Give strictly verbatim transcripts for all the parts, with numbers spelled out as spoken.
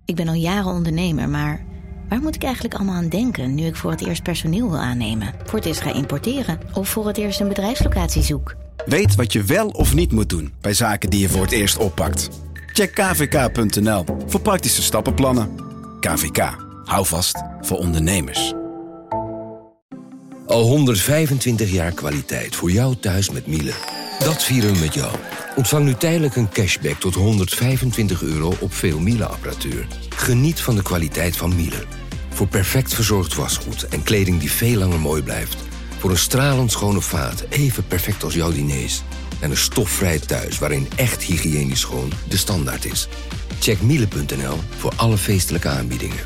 Ik ben al jaren ondernemer, maar waar moet ik eigenlijk allemaal aan denken nu ik voor het eerst personeel wil aannemen, voor het eerst ga importeren of voor het eerst een bedrijfslocatie zoek? Weet wat je wel of niet moet doen bij zaken die je voor het eerst oppakt. Check k v k punt n l voor praktische stappenplannen. K V K, hou vast voor ondernemers. Al honderdvijfentwintig jaar kwaliteit voor jou thuis met Miele. Dat vieren we met jou. Ontvang nu tijdelijk een cashback tot honderdvijfentwintig euro op veel Miele-apparatuur. Geniet van de kwaliteit van Miele. Voor perfect verzorgd wasgoed en kleding die veel langer mooi blijft. Voor een stralend schone vaat, even perfect als jouw diners. En een stofvrij thuis waarin echt hygiënisch schoon de standaard is. Check miele punt n l voor alle feestelijke aanbiedingen.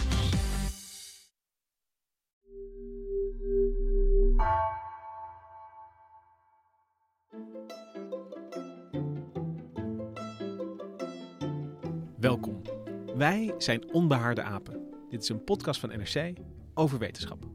Welkom. Wij zijn Onbehaarde Apen. Dit is een podcast van N R C over wetenschap.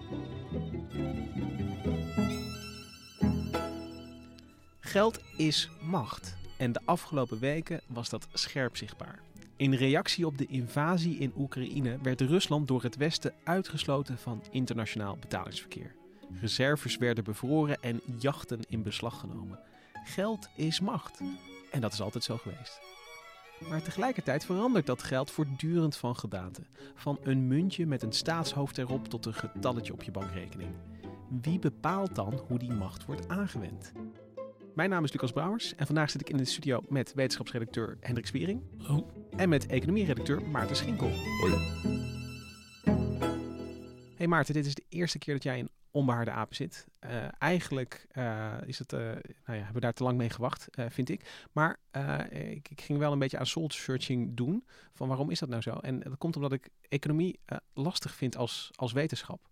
Geld is macht. En de afgelopen weken was dat scherp zichtbaar. In reactie op de invasie in Oekraïne werd Rusland door het Westen uitgesloten van internationaal betalingsverkeer. Reserves werden bevroren en jachten in beslag genomen. Geld is macht. En dat is altijd zo geweest. Maar tegelijkertijd verandert dat geld voortdurend van gedaante. Van een muntje met een staatshoofd erop tot een getalletje op je bankrekening. Wie bepaalt dan hoe die macht wordt aangewend? Mijn naam is Lucas Brouwers en vandaag zit ik in de studio met wetenschapsredacteur Hendrik Spiering. Oh. En met economieredacteur Maarten Schinkel. Hoi. Hey Maarten, dit is de eerste keer dat jij in Onbehaarde Apen zit. Uh, eigenlijk uh, is het, uh, nou ja, hebben we daar te lang mee gewacht, uh, vind ik. Maar uh, ik, ik ging wel een beetje aan soul searching doen. Van waarom is dat nou zo? En dat komt omdat ik economie uh, lastig vind als, als wetenschap.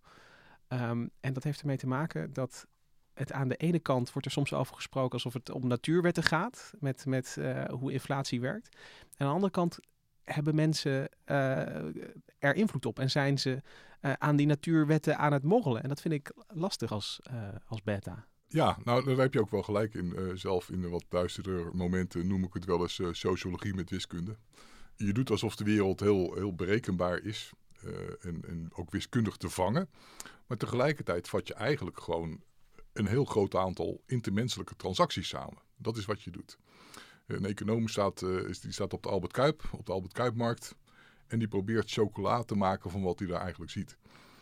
Um, en dat heeft ermee te maken dat het aan de ene kant wordt er soms over gesproken alsof het om natuurwetten gaat. Met, met uh, hoe inflatie werkt. En aan de andere kant hebben mensen uh, er invloed op en zijn ze uh, aan die natuurwetten aan het morrelen. En dat vind ik lastig als, uh, als beta. Ja, nou daar heb je ook wel gelijk in. Uh, zelf in wat duisterder momenten noem ik het wel eens uh, sociologie met wiskunde. Je doet alsof de wereld heel, heel berekenbaar is uh, en, en ook wiskundig te vangen. Maar tegelijkertijd vat je eigenlijk gewoon een heel groot aantal intermenselijke transacties samen. Dat is wat je doet. Een econoom staat, uh, die staat op de Albert Kuip, op de Albert Kuipmarkt. En die probeert chocola te maken van wat hij daar eigenlijk ziet.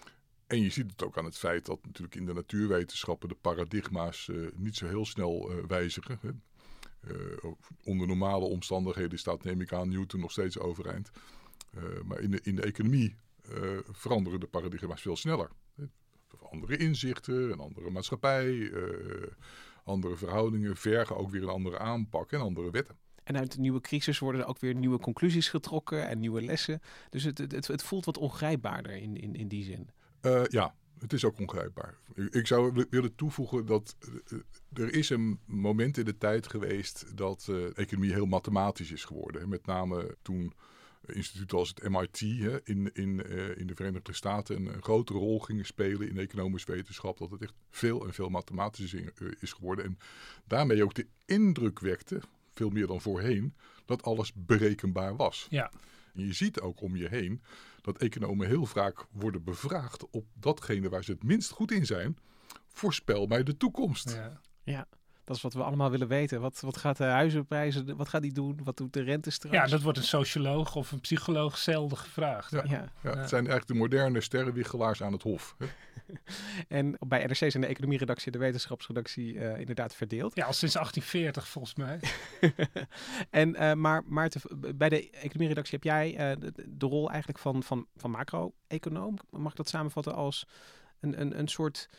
En je ziet het ook aan het feit dat natuurlijk in de natuurwetenschappen de paradigma's uh, niet zo heel snel uh, wijzigen. Hè. Uh, onder normale omstandigheden staat, neem ik aan, Newton nog steeds overeind. Uh, maar in de, in de economie uh, veranderen de paradigma's veel sneller. Hè. Andere inzichten, een andere maatschappij, uh, andere verhoudingen vergen ook weer een andere aanpak en andere wetten. En uit de nieuwe crisis worden er ook weer nieuwe conclusies getrokken en nieuwe lessen. Dus het, het, het voelt wat ongrijpbaarder in, in, in die zin. Uh, ja, het is ook ongrijpbaar. Ik zou willen toevoegen dat uh, er is een moment in de tijd geweest dat uh, de economie heel mathematisch is geworden. Met name toen instituten als het M I T hè, in, in, uh, in de Verenigde Staten een, een grotere rol gingen spelen in economische wetenschap. Dat het echt veel en veel mathematisch is, uh, is geworden. En daarmee ook de indruk wekte, veel meer dan voorheen, dat alles berekenbaar was. Ja. En je ziet ook om je heen dat economen heel vaak worden bevraagd op datgene waar ze het minst goed in zijn. Voorspel mij de toekomst. Ja. Ja. Dat is wat we allemaal willen weten. Wat, wat gaat de huizenprijzen, wat gaat die doen? Wat doet de rente straks? Ja, dat wordt een socioloog of een psycholoog zelden gevraagd. Ja, ja. ja, het zijn eigenlijk de moderne sterrenwiegelaars aan het hof. Hè? En bij N R C zijn de economieredactie en de wetenschapsredactie uh, inderdaad verdeeld. Ja, al sinds achttien veertig volgens mij. en, uh, maar Maarten, bij de economieredactie heb jij uh, de, de rol eigenlijk van, van, van macro-econoom. Mag ik dat samenvatten als een, een, een soort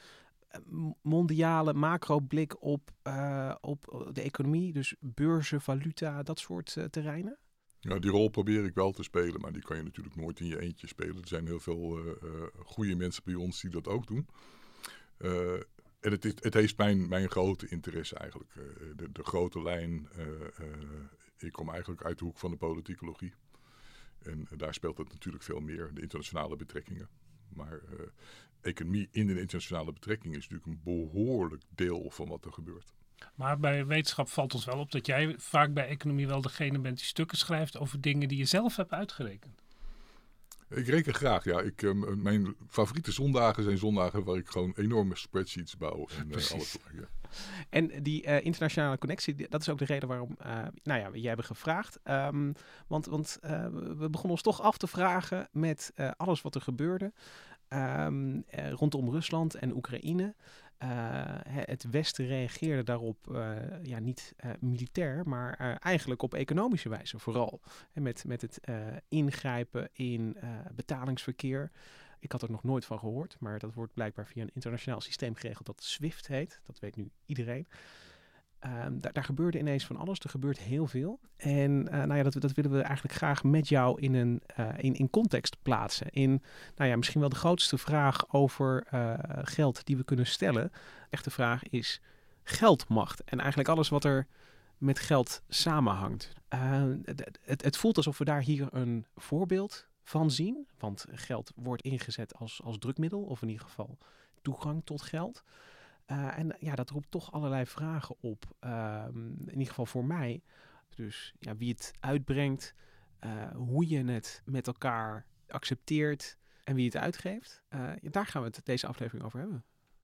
mondiale macro-blik op, uh, op de economie, dus beurzen, valuta, dat soort uh, terreinen? Ja, die rol probeer ik wel te spelen, maar die kan je natuurlijk nooit in je eentje spelen. Er zijn heel veel uh, uh, goede mensen bij ons die dat ook doen. Uh, en het, is, het heeft mijn, mijn grote interesse eigenlijk. Uh, de, de grote lijn, uh, uh, ik kom eigenlijk uit de hoek van de politicologie. En uh, daar speelt het natuurlijk veel meer, de internationale betrekkingen. Maar uh, economie in de internationale betrekkingen is natuurlijk een behoorlijk deel van wat er gebeurt. Maar bij wetenschap valt ons wel op dat jij vaak bij economie wel degene bent die stukken schrijft over dingen die je zelf hebt uitgerekend. Ik reken graag, ja. Ik, uh, mijn favoriete zondagen zijn zondagen waar ik gewoon enorme spreadsheets bouw. En, uh, alles, ja. En die uh, internationale connectie, die, dat is ook de reden waarom uh, nou ja, jij hebben gevraagd. Um, want want uh, we begonnen ons toch af te vragen met uh, alles wat er gebeurde um, uh, rondom Rusland en Oekraïne. Uh, het Westen reageerde daarop uh, ja, niet uh, militair, maar uh, eigenlijk op economische wijze vooral. En met, met het uh, ingrijpen in uh, betalingsverkeer. Ik had er nog nooit van gehoord, maar dat wordt blijkbaar via een internationaal systeem geregeld dat SWIFT heet. Dat weet nu iedereen. Um, daar, daar gebeurde ineens van alles. Er gebeurt heel veel. En uh, nou ja, dat, dat willen we eigenlijk graag met jou in, een, uh, in, in context plaatsen. In nou ja, misschien wel de grootste vraag over uh, geld die we kunnen stellen. De echte vraag is geldmacht. En eigenlijk alles wat er met geld samenhangt. Uh, het, het, het voelt alsof we daar hier een voorbeeld van zien. Want geld wordt ingezet als, als drukmiddel. Of in ieder geval toegang tot geld. Uh, en ja, dat roept toch allerlei vragen op. Uh, in ieder geval voor mij. Dus ja, wie het uitbrengt, uh, hoe je het met elkaar accepteert en wie het uitgeeft. Uh, ja, daar gaan we het deze aflevering over hebben.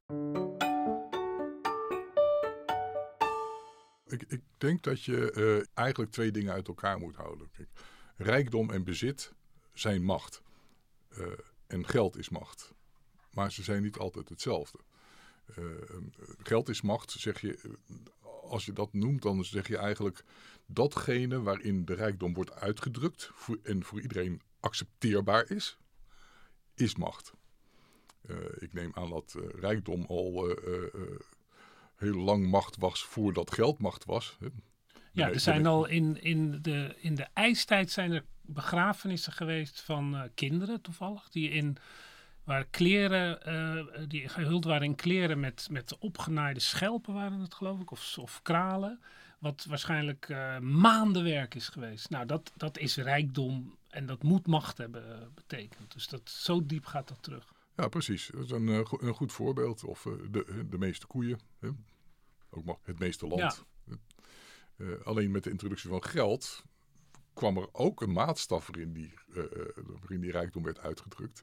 Ik, ik denk dat je uh, eigenlijk twee dingen uit elkaar moet houden. Kijk, rijkdom en bezit zijn macht. Uh, en geld is macht. Maar ze zijn niet altijd hetzelfde. Uh, geld is macht, zeg je, als je dat noemt, dan zeg je eigenlijk datgene waarin de rijkdom wordt uitgedrukt voor, en voor iedereen accepteerbaar is, is macht. Uh, ik neem aan dat uh, rijkdom al uh, uh, uh, heel lang macht was voordat geld macht was. Hè. Ja, er zijn al in, in, de, in de ijstijd zijn er begrafenissen geweest van uh, kinderen toevallig, die in... Waar kleren, uh, die gehuld waren in kleren met, met opgenaaide schelpen waren het geloof ik, of, of kralen. Wat waarschijnlijk uh, maandenwerk is geweest. Nou, dat, dat is rijkdom en dat moet macht hebben uh, betekend. Dus dat, zo diep gaat dat terug. Ja, precies. Dat is een, uh, een goed voorbeeld. Of uh, de, de meeste koeien. Hè? Ook het meeste land. Ja. Uh, alleen met de introductie van geld kwam er ook een maatstaf waarin die, uh, waarin die rijkdom werd uitgedrukt.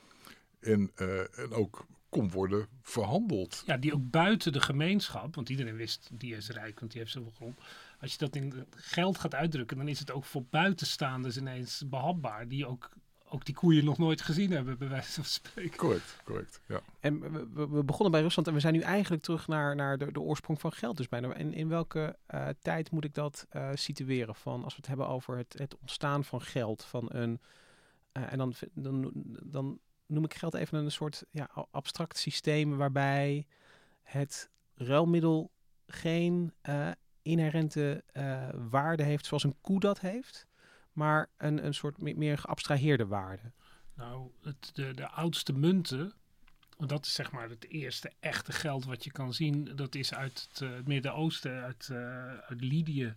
En, uh, en ook kon worden verhandeld. Ja, die ook buiten de gemeenschap, want iedereen wist, die is rijk, want die heeft zoveel grond. Als je dat in geld gaat uitdrukken, dan is het ook voor buitenstaanders ineens behapbaar. Die ook, ook die koeien nog nooit gezien hebben, bij wijze van spreken. Correct, correct, ja. En we, we begonnen bij Rusland en we zijn nu eigenlijk terug naar, naar de, de oorsprong van geld. Dus bijna. En in welke uh, tijd moet ik dat uh, situeren? Van, als we het hebben over het, het ontstaan van geld. Van een, uh, en dan... dan, dan noem ik geld even een soort ja, abstract systeem waarbij het ruilmiddel geen uh, inherente uh, waarde heeft zoals een koe dat heeft, maar een, een soort meer, meer geabstraheerde waarde. Nou, het, de, de oudste munten, want dat is zeg maar het eerste echte geld wat je kan zien, dat is uit het, uh, het Midden-Oosten, uit, uh, uit Lydië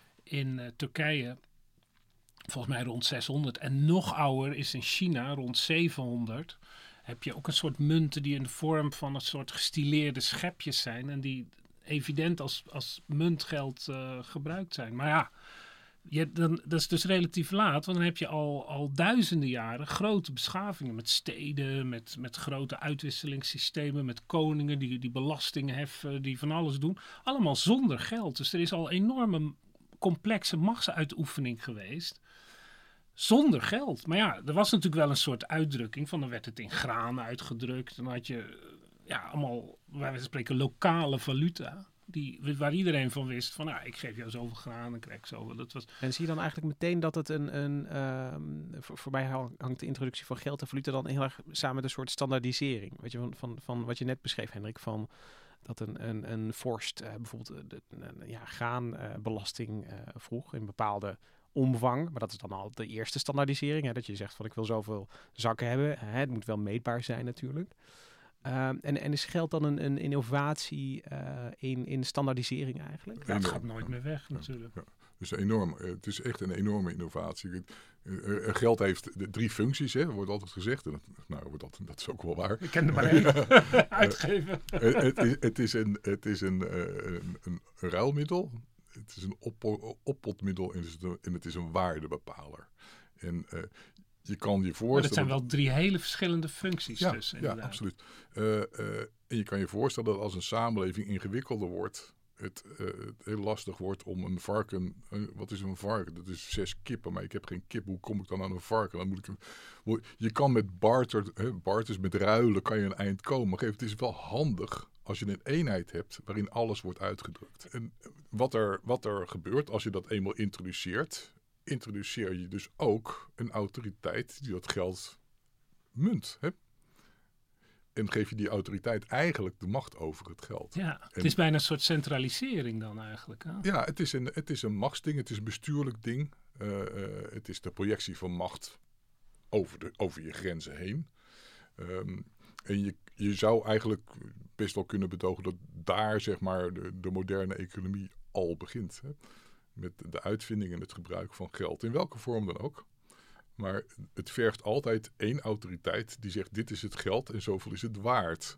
in uh, Turkije. Volgens mij rond zeshonderd. En nog ouder is in China, rond zevenhonderd. Heb je ook een soort munten die in de vorm van een soort gestileerde schepjes zijn. En die evident als, als muntgeld uh, gebruikt zijn. Maar ja, je, dan, dat is dus relatief laat. Want dan heb je al, al duizenden jaren grote beschavingen. Met steden, met, met grote uitwisselingssystemen. Met koningen die, die belastingen heffen, die van alles doen. Allemaal zonder geld. Dus er is al enorme complexe machtsuitoefening geweest. Zonder geld. Maar ja, er was natuurlijk wel een soort uitdrukking van dan werd het in graan uitgedrukt. Dan had je ja, allemaal, wij spreken, lokale valuta. Die, waar iedereen van wist van, nou, ik geef jou zoveel graan en krijg ik zoveel. Dat was... En zie je dan eigenlijk meteen dat het een, een um, voor, voor mij hangt de introductie van geld en valuta dan heel erg samen met een soort standaardisering. Weet je, van, van, van wat je net beschreef, Hendrik, van dat een, een, een vorst uh, bijvoorbeeld de, een, ja, graanbelasting uh, vroeg in bepaalde omvang. Maar dat is dan al de eerste standaardisering. Hè, dat je zegt van ik wil zoveel zakken hebben. Hè, het moet wel meetbaar zijn natuurlijk. Uh, en, en is geld dan een, een innovatie uh, in, in standaardisering eigenlijk? Dat gaat nooit meer weg natuurlijk. Ja. Dus enorm, het is echt een enorme innovatie. Geld heeft de drie functies, hè, wordt altijd gezegd. En dat, nou, wordt dat, dat is ook wel waar. Ik ken er maar één. Uitgeven. het, is, het is, een, het is een, een, een ruilmiddel. Het is een op, oppotmiddel en het is een, en het is een waardebepaler. En uh, je kan je voorstellen... Maar dat zijn wel drie hele verschillende functies ja, dus. Ja, absoluut. Uh, uh, en je kan je voorstellen dat als een samenleving ingewikkelder wordt... Het, uh, het heel lastig wordt om een varken... Uh, wat is een varken? Dat is zes kippen, maar ik heb geen kip. Hoe kom ik dan aan een varken? Dan moet ik, een, je kan met barter, hè, barters, met ruilen, kan je een eind komen. Maar het is wel handig als je een eenheid hebt waarin alles wordt uitgedrukt. En wat er, wat er gebeurt als je dat eenmaal introduceert... introduceer je dus ook een autoriteit die dat geld munt. Hè? En geef je die autoriteit eigenlijk de macht over het geld. Ja, het en, is bijna een soort centralisering dan eigenlijk. Hè? Ja, het is, een, het is een machtsding, het is een bestuurlijk ding. Uh, uh, het is de projectie van macht over, de, over je grenzen heen. Um, en je, je zou eigenlijk best wel kunnen betogen dat daar zeg maar de, de moderne economie al begint. Hè? Met de uitvinding en het gebruik van geld, in welke vorm dan ook. Maar het vergt altijd één autoriteit die zegt dit is het geld en zoveel is het waard.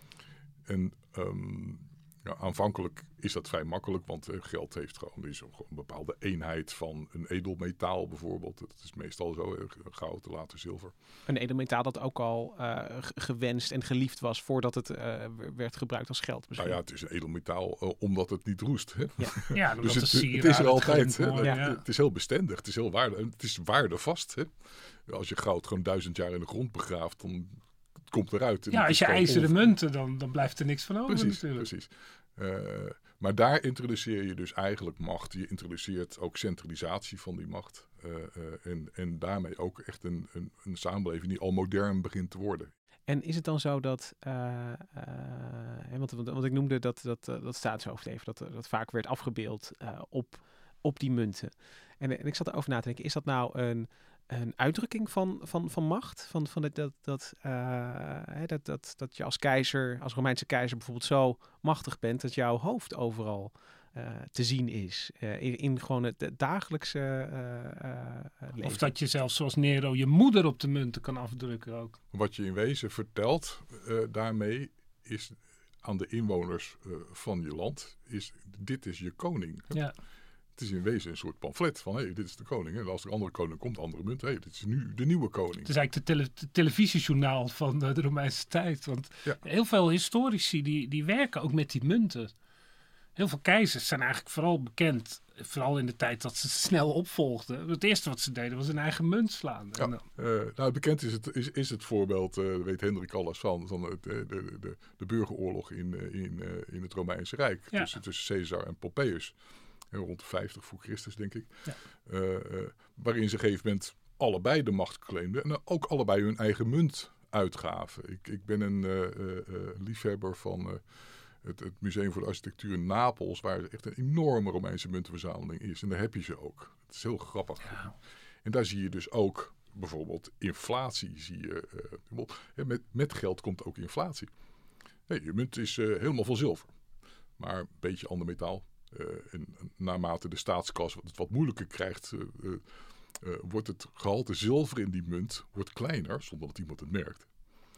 En um, ja, aanvankelijk is dat vrij makkelijk, want uh, geld heeft gewoon, is gewoon een bepaalde eenheid van een edelmetaal bijvoorbeeld. Dat is meestal zo, uh, goud, later zilver. Een edelmetaal dat ook al uh, gewenst en geliefd was voordat het uh, werd gebruikt als geld misschien. Nou ja, het is een edelmetaal uh, omdat het niet roest. Hè? Ja, ja dus het, het, het is er altijd. Hè? Ja. Het, het is heel bestendig, het is heel waarde, het is waardevast. Hè? Als je goud gewoon duizend jaar in de grond begraaft, dan komt eruit. Ja, als je ijzeren onv... munten, dan, dan blijft er niks van over precies, natuurlijk. Precies. Uh, maar daar introduceer je dus eigenlijk macht. Je introduceert ook centralisatie van die macht. Uh, uh, en, en daarmee ook echt een, een, een samenleving die al modern begint te worden. En is het dan zo dat, uh, uh, want, want, want ik noemde dat, dat, uh, dat staatshoofd even, dat, dat vaak werd afgebeeld uh, op, op die munten. En, en ik zat erover na te denken, is dat nou een... een uitdrukking van, van, van macht. Van, van dat, dat, dat, uh, dat, dat, dat je als keizer, als Romeinse keizer bijvoorbeeld zo machtig bent dat jouw hoofd overal uh, te zien is. Uh, in, in gewoon het dagelijkse uh, uh, leven. Of dat je zelfs zoals Nero je moeder op de munten kan afdrukken ook. Wat je in wezen vertelt uh, daarmee is aan de inwoners uh, van je land, is dit is je koning. Ja. Het is in wezen een soort pamflet van, hé, hey, dit is de koning. En als er een andere koning komt, andere munt, hé, hey, dit is nu de nieuwe koning. Het is eigenlijk de, tele- de televisiejournaal van de, de Romeinse tijd. Want ja. heel veel historici die, die werken ook met die munten. Heel veel keizers zijn eigenlijk vooral bekend, vooral in de tijd dat ze snel opvolgden. Het eerste wat ze deden was een eigen munt slaan. Ja, dan... uh, nou, bekend is het, is, is het voorbeeld, uh, weet Hendrik alles van, van het, de, de, de, de burgeroorlog in, in, uh, in het Romeinse Rijk. Ja. Tussen, tussen Caesar en Pompeius. Rond vijftig voor Christus, denk ik. Ja. Uh, uh, waarin ze op een gegeven moment allebei de macht claimden. En ook allebei hun eigen munt uitgaven. Ik, ik ben een uh, uh, liefhebber van uh, het, het Museum voor de Architectuur in Napels. Waar echt een enorme Romeinse muntenverzameling is. En daar heb je ze ook. Het is heel grappig. Ja. En daar zie je dus ook bijvoorbeeld inflatie. Zie je, uh, met, met geld komt ook inflatie. Hey, je munt is uh, helemaal van zilver. Maar een beetje ander metaal. Uh, en naarmate de staatskas het wat moeilijker krijgt, uh, uh, uh, wordt het gehalte zilver in die munt wordt kleiner, zonder dat iemand het merkt.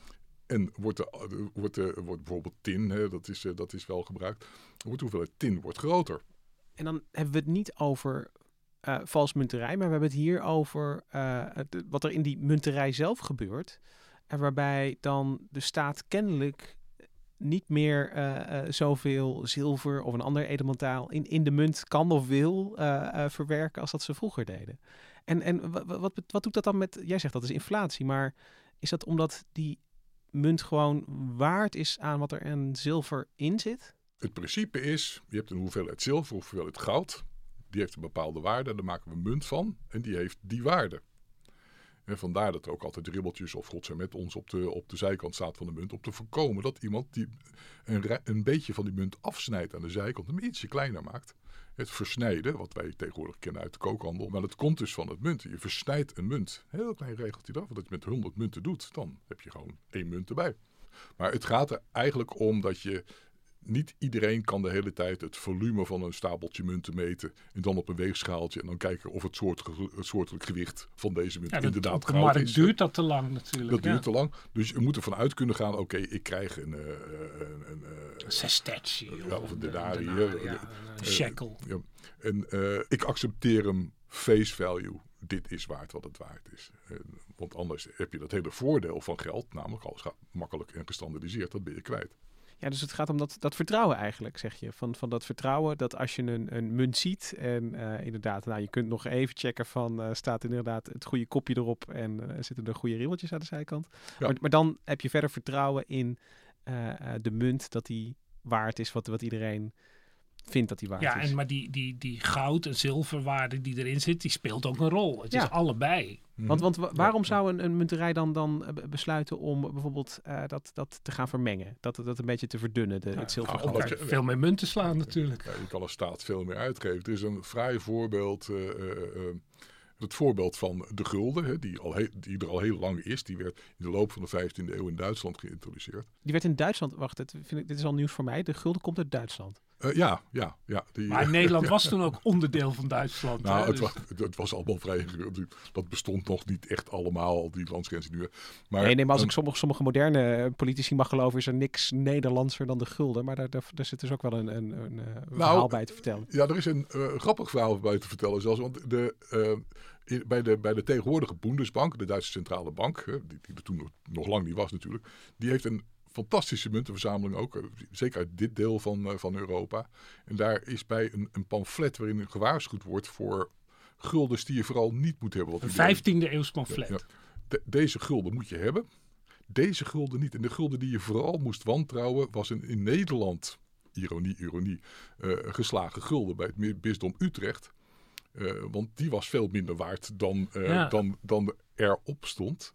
En wordt, de, uh, wordt, uh, wordt bijvoorbeeld tin, hè, dat, is, uh, dat is wel gebruikt, wordt de hoeveelheid tin wordt groter. En dan hebben we het niet over uh, valsmunterij, maar we hebben het hier over uh, het, wat er in die munterij zelf gebeurt. En waarbij dan de staat kennelijk niet meer uh, uh, zoveel zilver of een ander edelmetaal in, in de munt kan of wil uh, uh, verwerken als dat ze vroeger deden. En, en wat, wat, wat doet dat dan met, jij zegt dat is inflatie, maar is dat omdat die munt gewoon waard is aan wat er aan zilver in zit? Het principe is, je hebt een hoeveelheid zilver of hoeveelheid goud, die heeft een bepaalde waarde, daar maken we een munt van en die heeft die waarde. En vandaar dat er ook altijd ribbeltjes of God zij met ons op de, op de zijkant staat van de munt. Om te voorkomen dat iemand die een, een beetje van die munt afsnijdt aan de zijkant. Hem ietsje kleiner maakt. Het versnijden, wat wij tegenwoordig kennen uit de kookhandel. Maar dat komt dus van het munt. Je versnijdt een munt. Heel klein regeltje eraf. Want als je met honderd munten doet, dan heb je gewoon één munt erbij. Maar het gaat er eigenlijk om dat je niet iedereen kan de hele tijd het volume van een stapeltje munten meten. En dan op een weegschaaltje. En dan kijken of het, soort, het soortelijk gewicht van deze munt ja, dat, inderdaad op de goud markt is. duurt dat te lang natuurlijk. Dat ja. duurt te lang. Dus je moet ervan uit kunnen gaan. Oké, okay, ik krijg een... Uh, een, een uh, sestetje. Ja, of een denari. Een, Een, ja, een shekel. Uh, ja. En uh, ik accepteer hem face value. Dit is waard wat het waard is. Uh, want anders heb je dat hele voordeel van geld. Namelijk alles gaat makkelijk en gestandardiseerd. Dat ben je kwijt. Ja, dus het gaat om dat, dat vertrouwen eigenlijk, zeg je. Van, van dat vertrouwen dat als je een, een munt ziet en uh, inderdaad, nou, je kunt nog even checken van, uh, staat inderdaad het goede kopje erop en uh, zitten er goede ribbeltjes aan de zijkant. Ja. Maar, maar dan heb je verder vertrouwen in uh, uh, de munt dat die waard is wat, wat iedereen vindt dat die waard ja, is. Ja, en maar die, die, die goud- en zilverwaarde die erin zit, die speelt ook een rol. Het ja. is allebei. Want, want wa- waarom zou een, een munterij dan, dan besluiten om bijvoorbeeld uh, dat, dat te gaan vermengen? Dat, dat een beetje te verdunnen, de, ja, het zilver. Nou, je, veel meer munten slaan natuurlijk. Ja, je kan als staat veel meer uitgeven. Er is een fraai voorbeeld... Uh, uh, uh, Het voorbeeld van de gulden, hè, die, al he- die er al heel lang is. Die werd in de loop van de vijftiende eeuw in Duitsland geïntroduceerd. Die werd in Duitsland... Wacht, dit, vind ik, dit is al nieuws voor mij. De gulden komt uit Duitsland. Uh, ja, ja, ja. Die, maar uh, Nederland ja. was toen ook onderdeel van Duitsland. Nou, hè, het, dus... was, het was allemaal vrij... Dat bestond nog niet echt allemaal, die landsgrenzen nu. Maar, nee, nee, maar als um, ik sommige, sommige moderne politici mag geloven... is er niks Nederlandser dan de gulden. Maar daar, daar, daar zit dus ook wel een, een, een, een nou, verhaal bij te vertellen. Ja, er is een uh, grappig verhaal bij te vertellen zelfs. Want de... Uh, Bij de, bij de tegenwoordige Bundesbank, de Duitse centrale bank, die, die er toen nog, nog lang niet was natuurlijk, die heeft een fantastische muntenverzameling ook, zeker uit dit deel van, van Europa. En daar is bij een, een pamflet waarin gewaarschuwd wordt voor guldens die je vooral niet moet hebben. Een vijftiende eeuws pamflet. Ja, ja. De, deze gulden moet je hebben, deze gulden niet. En de gulden die je vooral moest wantrouwen was een in Nederland, ironie, ironie, uh, geslagen gulden bij het bisdom Utrecht. Uh, want die was veel minder waard dan, uh, ja. dan, dan erop stond.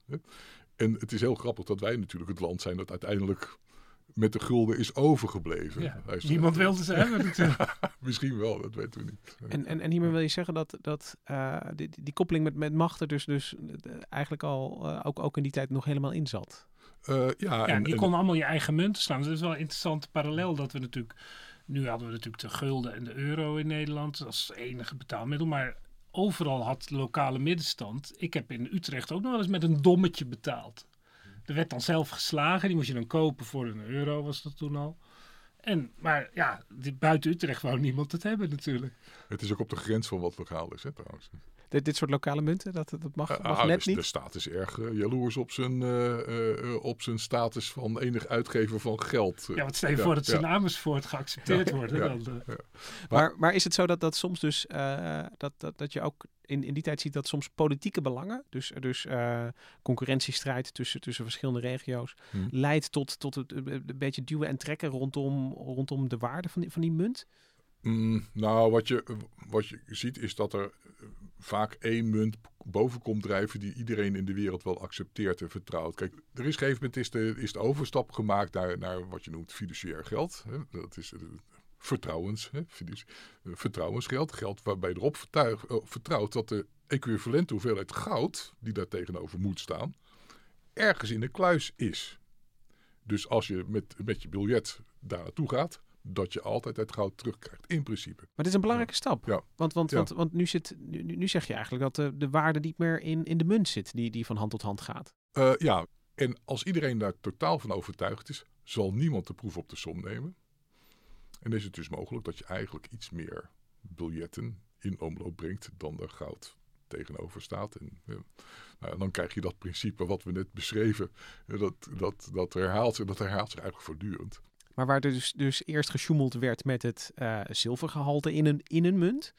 En het is heel grappig dat wij natuurlijk het land zijn dat uiteindelijk met de gulden is overgebleven. Ja, is, niemand uh, wilde ze hebben natuurlijk. Misschien wel, dat weten we niet. En, en, en hiermee wil je zeggen dat, dat uh, die, die koppeling met, met machten dus, dus eigenlijk al uh, ook, ook in die tijd nog helemaal in zat? Uh, ja, ja, en, je en, kon allemaal je eigen munten slaan. Dus dat is wel een interessante parallel dat we natuurlijk... Nu hadden we natuurlijk de gulden en de euro in Nederland als enige betaalmiddel. Maar overal had de lokale middenstand... Ik heb in Utrecht ook nog wel eens met een dommetje betaald. Er werd dan zelf geslagen. Die moest je dan kopen voor een euro, was dat toen al. En, maar ja, dit, buiten Utrecht wou niemand het hebben natuurlijk. Het is ook op de grens van wat legaal is, hè, trouwens. Dit, dit soort lokale munten, dat, dat mag, mag uh, net dus niet? De staat is erg uh, jaloers op zijn, uh, uh, op zijn status van enig uitgever van geld. Ja, want stel je ja, voor dat zijn ja. Amersfoort geaccepteerd ja, worden. Ja, dan, uh. ja. Maar, maar is het zo dat, dat soms dus, uh, dat, dat, dat je ook in, in die tijd ziet dat soms politieke belangen, dus, dus uh, concurrentiestrijd tussen, tussen verschillende regio's, hmm. leidt tot, tot het, een beetje duwen en trekken rondom, rondom de waarde van die, van die munt? Mm, nou, wat je, wat je ziet is dat er vaak één munt boven komt drijven die iedereen in de wereld wel accepteert en vertrouwt. Kijk, er is op een gegeven moment is de, is de overstap gemaakt naar, naar wat je noemt fiduciair geld. Hè? Dat is uh, vertrouwens, hè? Fiduci- uh, vertrouwensgeld. Geld waarbij je erop vertuig, uh, vertrouwt dat de equivalente hoeveelheid goud die daar tegenover moet staan, ergens in de kluis is. Dus als je met, met je biljet daar naartoe gaat, dat je altijd het goud terugkrijgt, in principe. Maar dit is een belangrijke ja. stap. Ja. Want, want, ja. want, want nu, zit, nu, nu zeg je eigenlijk dat de, de waarde niet meer in, in de munt zit, die, die van hand tot hand gaat. Uh, ja, en als iedereen daar totaal van overtuigd is, zal niemand de proef op de som nemen. En is het dus mogelijk dat je eigenlijk iets meer biljetten in omloop brengt dan er goud tegenover staat. En ja, nou, dan krijg je dat principe wat we net beschreven, dat, dat, dat, herhaalt, zich, dat herhaalt zich eigenlijk voortdurend. Maar waar er dus, dus eerst gesjoemeld werd met het uh, zilvergehalte in een, in een munt,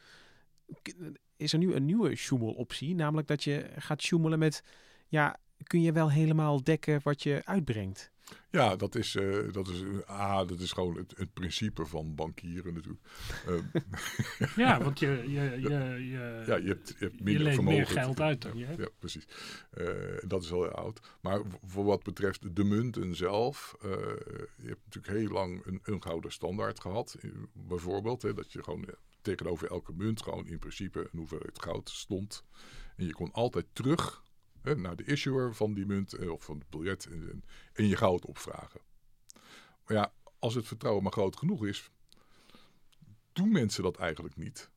is er nu een nieuwe sjoemeloptie. Namelijk dat je gaat sjoemelen met, ja, kun je wel helemaal dekken wat je uitbrengt? Ja, dat is, uh, dat is, uh, ah, dat is gewoon het, het principe van bankieren natuurlijk. Uh, ja, want je, je, je, je, ja, je, hebt, je, hebt je leent meer geld uit dan je hebt. Ja, precies. Uh, dat is heel oud. Maar voor wat betreft de munten zelf, uh, je hebt natuurlijk heel lang een, een gouden standaard gehad. Bijvoorbeeld, hè, dat je gewoon ja, tegenover elke munt gewoon in principe een hoeveelheid goud stond. En je kon altijd terug Hè, naar de issuer van die munt of van het biljet en, en je goud opvragen. Maar ja, als het vertrouwen maar groot genoeg is, doen mensen dat eigenlijk niet.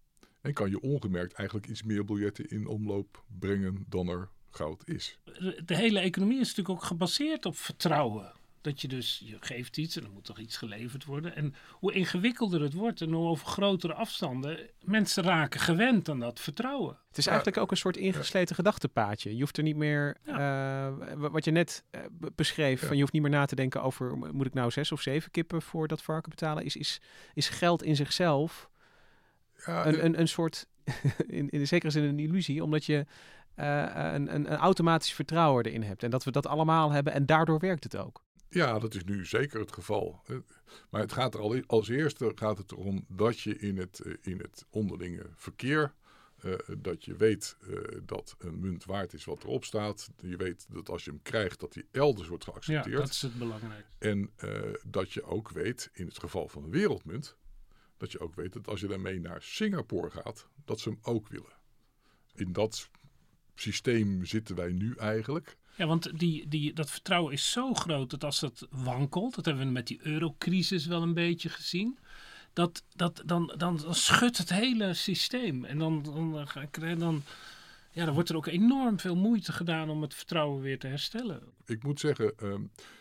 En kan je ongemerkt eigenlijk iets meer biljetten in omloop brengen dan er goud is. De hele economie is natuurlijk ook gebaseerd op vertrouwen. Dat je dus, je geeft iets en dan moet toch iets geleverd worden. En hoe ingewikkelder het wordt en hoe over grotere afstanden, mensen raken gewend aan dat vertrouwen. Het is eigenlijk ook een soort ingesleten gedachtepaadje. Je hoeft er niet meer, Ja. uh, wat je net uh, beschreef, Ja. van je hoeft niet meer na te denken over, moet ik nou zes of zeven kippen voor dat varken betalen? Is, is, is geld in zichzelf Ja, een, een, een soort, in, in zekere zin een illusie, omdat je uh, een, een, een automatisch vertrouwen erin hebt. En dat we dat allemaal hebben en daardoor werkt het ook. Ja, dat is nu zeker het geval. Maar het gaat er al, als eerste gaat het erom dat je in het, in het onderlinge verkeer, uh, dat je weet uh, dat een munt waard is wat erop staat. Je weet dat als je hem krijgt, dat hij elders wordt Ja, geaccepteerd. dat is het belangrijkste. En uh, dat je ook weet, in het geval van een wereldmunt, dat je ook weet dat als je daarmee naar Singapore gaat, dat ze hem ook willen. In dat systeem zitten wij nu eigenlijk. Ja, want die, die, dat vertrouwen is zo groot dat als het wankelt, dat hebben we met die eurocrisis wel een beetje gezien, dat, dat, dan, dan, dan schudt het hele systeem. En dan, dan, dan, dan, ja, dan wordt er ook enorm veel moeite gedaan om het vertrouwen weer te herstellen. Ik moet zeggen, uh,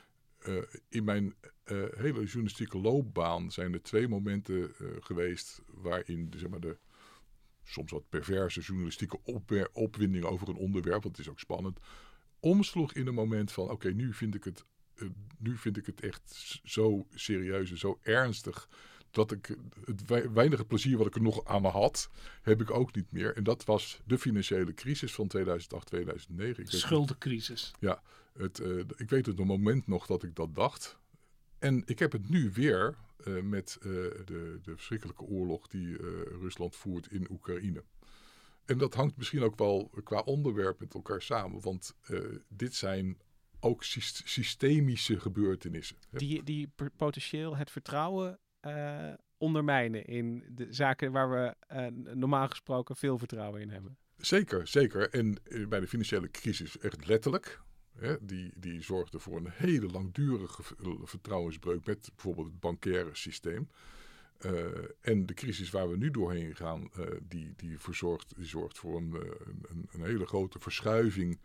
uh, in mijn uh, hele journalistieke loopbaan zijn er twee momenten uh, geweest waarin zeg maar, de soms wat perverse journalistieke op- opwinding over een onderwerp, want het is ook spannend, omsloeg in een moment van oké, okay, nu vind ik het uh, nu vind ik het echt zo serieus en zo ernstig dat ik het we- weinige plezier wat ik er nog aan had, heb ik ook niet meer. En dat was de financiële crisis van tweeduizend acht tweeduizend negen. Ik Schuldencrisis. weet, ja, het, uh, ik weet het een moment nog dat ik dat dacht. En ik heb het nu weer uh, met uh, de, de verschrikkelijke oorlog die uh, Rusland voert in Oekraïne. En dat hangt misschien ook wel qua onderwerp met elkaar samen. Want uh, dit zijn ook sy- systemische gebeurtenissen. Die, die per- potentieel het vertrouwen uh, ondermijnen in de zaken waar we uh, normaal gesproken veel vertrouwen in hebben. Zeker, zeker. En uh, bij de financiële crisis echt letterlijk. Hè, die, die zorgde voor een hele langdurige vertrouwensbreuk met bijvoorbeeld het bancaire systeem. Uh, en de crisis waar we nu doorheen gaan, uh, die, die, verzorgt, die zorgt voor een, een, een hele grote verschuiving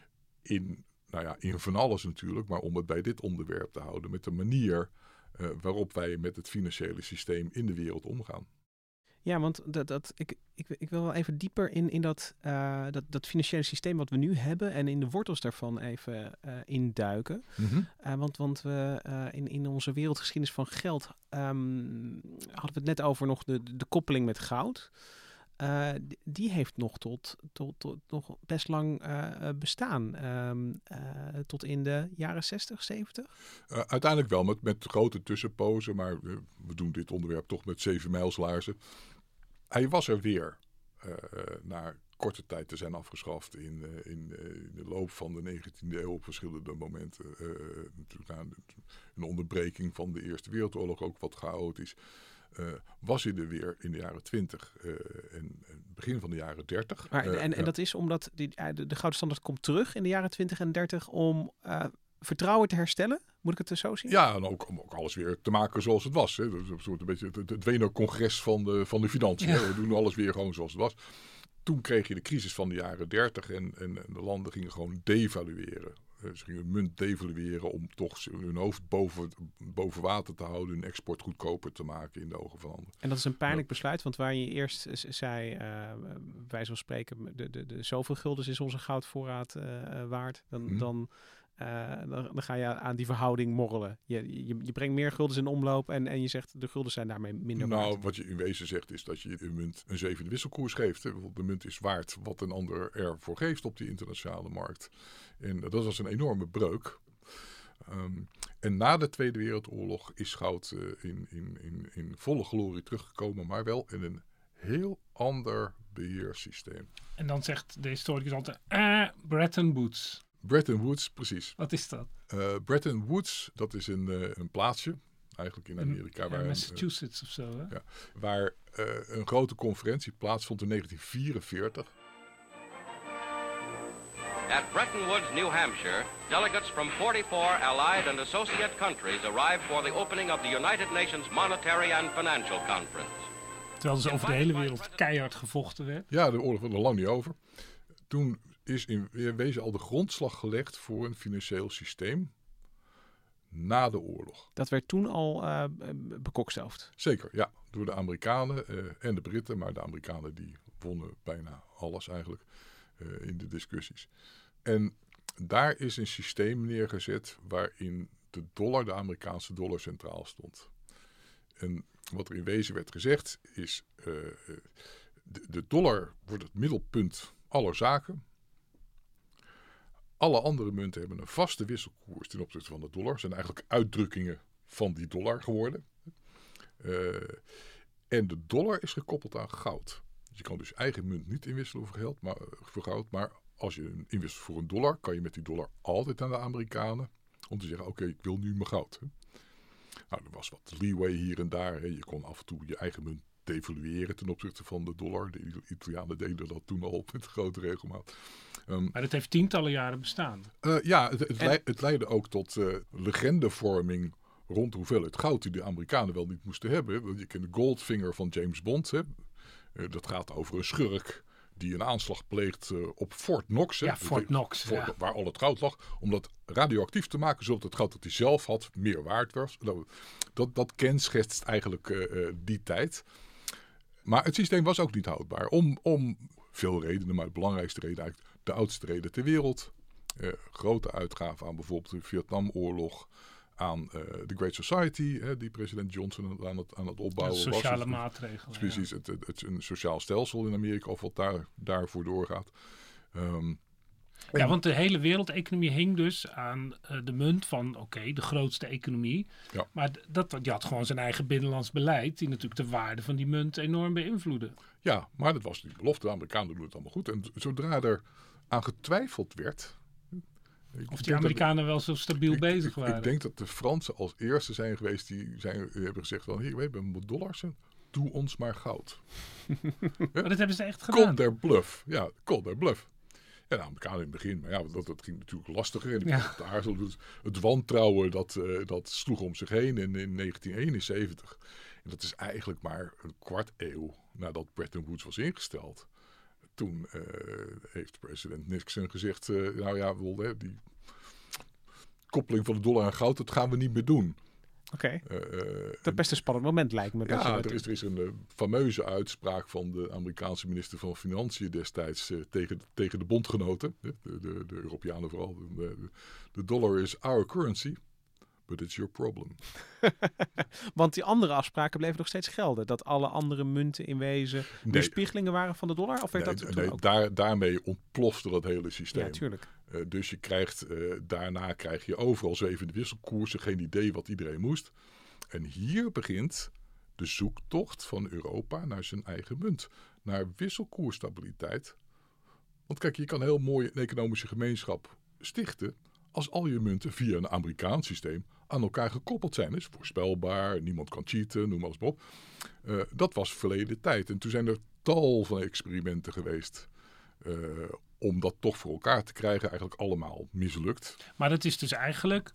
in, nou ja, in van alles natuurlijk, maar om het bij dit onderwerp te houden, met de manier uh, waarop wij met het financiële systeem in de wereld omgaan. Ja, want dat, dat, ik, ik, ik wil wel even dieper in, in dat, uh, dat, dat financiële systeem wat we nu hebben en in de wortels daarvan even uh, induiken. Mm-hmm. Uh, want, want we uh, in, in onze wereldgeschiedenis van geld um, hadden we het net over nog de, de koppeling met goud. Uh, die, die heeft nog tot, tot, tot nog best lang uh, bestaan. Um, uh, tot in de jaren zestig, zeventig? Uh, uiteindelijk wel, met, met grote tussenpozen. Maar uh, we doen dit onderwerp toch met zeven mijlslaarzen. Hij was er weer uh, na korte tijd te zijn afgeschaft in, uh, in, uh, in de loop van de negentiende eeuw op verschillende momenten. Uh, natuurlijk na een onderbreking van de Eerste Wereldoorlog, ook wat chaotisch. Uh, was hij er weer in de jaren twintig uh, en begin van de jaren dertig. Maar, uh, en, en ja. dat is omdat die, de, de gouden standaard komt terug in de jaren twintig en dertig om uh, vertrouwen te herstellen? Moet ik het er zo zien? Ja, en ook om ook alles weer te maken zoals het was. Hè. Dat is een soort een beetje het, het Wiener-congres van de, van de financiën. Ja. We doen alles weer gewoon zoals het was. Toen kreeg je de crisis van de jaren dertig en, en, en de landen gingen gewoon devalueren. Ze gingen hun munt devalueren om toch hun hoofd boven, boven water te houden, hun export goedkoper te maken in de ogen van anderen. En dat is een pijnlijk besluit, want waar je eerst zei, uh, wij zo spreken, de, de, de zoveel guldens is onze goudvoorraad uh, waard, dan, hmm. dan, uh, dan, dan ga je aan die verhouding morrelen. Je, je, je brengt meer guldens in omloop en, en je zegt de guldens zijn daarmee minder nou, waard. Nou, wat je in wezen zegt is dat je je munt een zevende wisselkoers geeft. Hè? De munt is waard wat een ander ervoor geeft op die internationale markt. En dat was een enorme breuk. Um, en na de Tweede Wereldoorlog is goud uh, in, in, in, in volle glorie teruggekomen, maar wel in een heel ander beheerssysteem. En dan zegt de historicus altijd, ah, Bretton Woods. Bretton Woods, precies. Wat is dat? Uh, Bretton Woods, dat is een, uh, een plaatsje, eigenlijk in Amerika. Ja, waar Massachusetts een, of zo, hè? Ja, waar uh, een grote conferentie plaatsvond in negentien vierenveertig. At Bretton Woods, New Hampshire, delegates from forty-four allied and associate countries arrived for the opening of the United Nations Monetary and Financial Conference. Terwijl dus over de hele wereld keihard gevochten werd. Ja, de oorlog was er lang niet over. Toen is in wezen al de grondslag gelegd voor een financieel systeem na de oorlog. Dat werd toen al uh, bekokstoofd. Zeker, ja. Door de Amerikanen uh, en de Britten. Maar de Amerikanen die wonnen bijna alles eigenlijk uh, in de discussies. En daar is een systeem neergezet waarin de dollar, de Amerikaanse dollar, centraal stond. En wat er in wezen werd gezegd is, uh, de, de dollar wordt het middelpunt aller zaken. Alle andere munten hebben een vaste wisselkoers ten opzichte van de dollar. Zijn eigenlijk uitdrukkingen van die dollar geworden. Uh, en de dollar is gekoppeld aan goud. Je kan dus je eigen munt niet inwisselen voor, geld, maar, voor goud. Maar als je inwisselt voor een dollar, kan je met die dollar altijd aan de Amerikanen. Om te zeggen, oké, okay, ik wil nu mijn goud. Hè. Nou, er was wat leeway hier en daar. Hè. Je kon af en toe je eigen munt devalueren ten opzichte van de dollar. De Italianen deden dat toen al met grote regelmaat. Um, maar dat heeft tientallen jaren bestaan. Uh, ja, het, het, en... leid, het leidde ook tot uh, legendevorming rond de hoeveelheid goud die de Amerikanen wel niet moesten hebben. Je kent de Goldfinger van James Bond. Hè. Uh, dat gaat over een schurk die een aanslag pleegt uh, op Fort Knox. Hè. Ja, Fort Knox. Fort, ja. Waar al het goud lag. Om dat radioactief te maken, zodat het goud dat hij zelf had meer waard was. Dat, dat kenschetst eigenlijk uh, uh, die tijd. Maar het systeem was ook niet houdbaar. Om, om veel redenen, maar de belangrijkste reden eigenlijk de oudste reden ter wereld. Uh, grote uitgaven aan bijvoorbeeld de Vietnamoorlog. Aan uh, de Great Society, hè, die president Johnson aan het, aan het opbouwen was. Sociale was. maatregelen. Precies, ja. het, het, het is een sociaal stelsel in Amerika of wat daar, daarvoor doorgaat. Um, ja, en, want de hele wereldeconomie hing dus aan uh, de munt van, oké, okay, de grootste economie. Ja. Maar dat, die had gewoon zijn eigen binnenlands beleid, die natuurlijk de waarde van die munt enorm beïnvloedde. Ja, maar dat was die belofte. De Amerikanen doen het allemaal goed. En zodra er aan getwijfeld werd... Ik of die Amerikanen dat, wel zo stabiel ik, bezig ik, waren. Ik denk dat de Fransen als eerste zijn geweest die, zijn, die hebben gezegd van hier, we hebben dollars, doe ons maar goud. Maar dat hebben ze echt gedaan. Call their bluff. Ja, call their bluff. Ja, de Amerikanen in het begin, maar ja, dat, dat ging natuurlijk lastiger. En ja. het, aarzelen, het wantrouwen, dat, uh, dat sloeg om zich heen in, in negentien eenenzeventig. En dat is eigenlijk maar een kwart eeuw nadat Bretton Woods was ingesteld. Toen uh, heeft president Nixon gezegd, uh, nou ja, wel, die koppeling van de dollar en goud, dat gaan we niet meer doen. Oké, okay. uh, dat is best een spannend moment lijkt me. Ja, er is, er is een uh, fameuze uitspraak van de Amerikaanse minister van Financiën destijds uh, tegen, tegen de bondgenoten, de, de, de Europeanen vooral. De, de dollar is our currency, but it's your problem. Want die andere afspraken bleven nog steeds gelden. Dat alle andere munten in wezen nee. weerspiegelingen waren van de dollar? Of werd nee, dat toen nee, ook? Daar, daarmee ontplofte dat hele systeem. Ja, tuurlijk. Uh, dus je krijgt, uh, daarna krijg je overal zwevende wisselkoersen. Geen idee wat iedereen moest. En hier begint de zoektocht van Europa naar zijn eigen munt. Naar wisselkoersstabiliteit. Want kijk, je kan heel mooi een economische gemeenschap stichten als al je munten via een Amerikaans systeem aan elkaar gekoppeld zijn. Dat is voorspelbaar, niemand kan cheaten, noem alles maar op. Uh, dat was verleden tijd. En toen zijn er tal van experimenten geweest uh, om dat toch voor elkaar te krijgen. Eigenlijk allemaal mislukt. Maar dat is dus eigenlijk,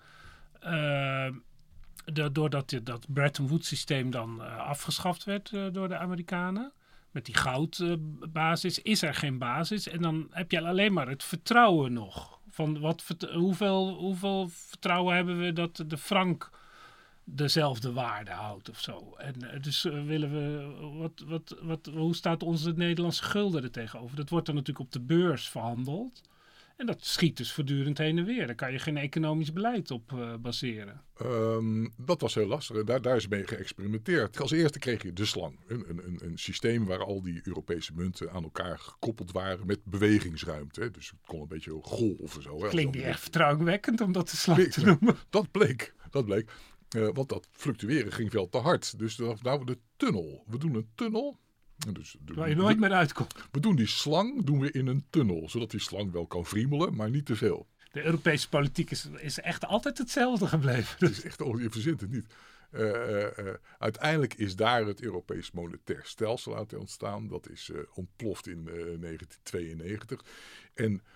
uh, de, doordat je, dat Bretton Woods systeem dan uh, afgeschaft werd uh, door de Amerikanen, met die goudbasis, uh, is er geen basis. En dan heb je alleen maar het vertrouwen nog. Van wat, hoeveel, hoeveel vertrouwen hebben we dat de frank dezelfde waarde houdt of zo. En dus uh, willen we, wat, wat, wat, hoe staat onze Nederlandse gulden er tegenover? Dat wordt dan natuurlijk op de beurs verhandeld. En dat schiet dus voortdurend heen en weer. Daar kan je geen economisch beleid op uh, baseren. Um, dat was heel lastig. Daar, daar is mee geëxperimenteerd. Als eerste kreeg je de slang. Een, een, een systeem waar al die Europese munten aan elkaar gekoppeld waren met bewegingsruimte. Dus het kon een beetje golven. Zo, hè. Klinkt niet echt vertrouwenwekkend om dat de slang bleek, te noemen. Dat bleek. Dat bleek. Uh, want dat fluctueren ging veel te hard. Dus nou, de tunnel. We doen een tunnel. Dus, waar je nooit we, meer uitkomt. We doen die slang doen we in een tunnel. Zodat die slang wel kan friemelen, maar niet te veel. De Europese politiek is, is echt altijd hetzelfde gebleven. Het is echt, oh, je verzint het niet. Uh, uh, uh, uiteindelijk is daar het Europees monetair stelsel uit ontstaan. Dat is uh, ontploft in uh, negentien tweeënnegentig. En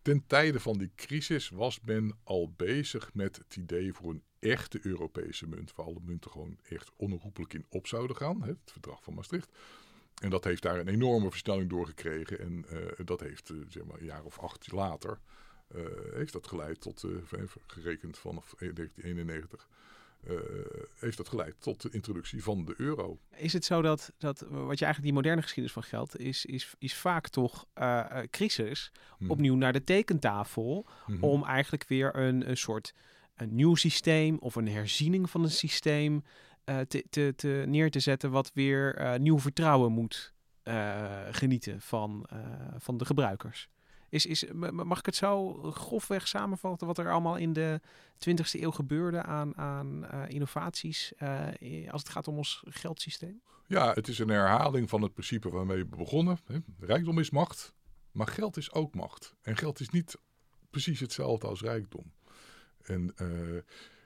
ten tijde van die crisis was men al bezig met het idee voor een echte Europese munt, waar alle munten gewoon echt onherroepelijk in op zouden gaan. Hè, het verdrag van Maastricht. En dat heeft daar een enorme versnelling door gekregen. En uh, dat heeft, uh, zeg maar, een jaar of acht later, uh, heeft dat geleid tot, uh, gerekend vanaf negentien eenennegentig, uh, heeft dat geleid tot de introductie van de euro. Is het zo dat, dat wat je eigenlijk die moderne geschiedenis van geld is, is, is vaak toch uh, uh, crisis hmm. opnieuw naar de tekentafel hmm. om eigenlijk weer een, een soort een nieuw systeem of een herziening van een systeem uh, te, te, te neer te zetten wat weer uh, nieuw vertrouwen moet uh, genieten van, uh, van de gebruikers. Is, is, mag ik het zo grofweg samenvatten wat er allemaal in de twintigste eeuw gebeurde aan, aan uh, innovaties uh, als het gaat om ons geldsysteem? Ja, het is een herhaling van het principe waarmee we begonnen. Hè. Rijkdom is macht, maar geld is ook macht. En geld is niet precies hetzelfde als rijkdom. En, uh,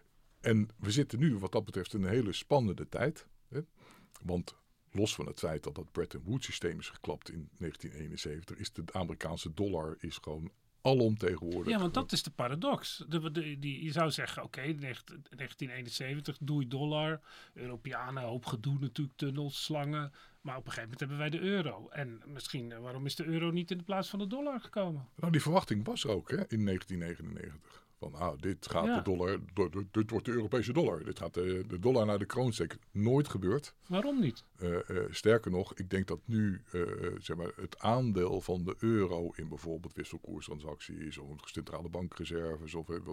en we zitten nu wat dat betreft in een hele spannende tijd. Hè. Want los van het feit dat dat Bretton Woods systeem is geklapt in negentien eenenzeventig... is de Amerikaanse dollar is gewoon alomtegenwoordig. Ja, want dat is de paradox. De, de, die, je zou zeggen, oké, okay, negentien eenenzeventig, doei dollar. Europeanen, hoop gedoe natuurlijk, tunnels, slangen. Maar op een gegeven moment hebben wij de euro. En misschien, waarom is de euro niet in de plaats van de dollar gekomen? Nou, die verwachting was er ook, hè, in negentien negenennegentig. Van, ah, dit gaat ja. de dollar, do, do, dit wordt de Europese dollar. Dit gaat de, de dollar naar de kroon steken. Nooit gebeurd. Waarom niet? Uh, uh, sterker nog, ik denk dat nu uh, zeg maar, het aandeel van de euro in bijvoorbeeld wisselkoerstransacties of centrale bankreserves, of, uh,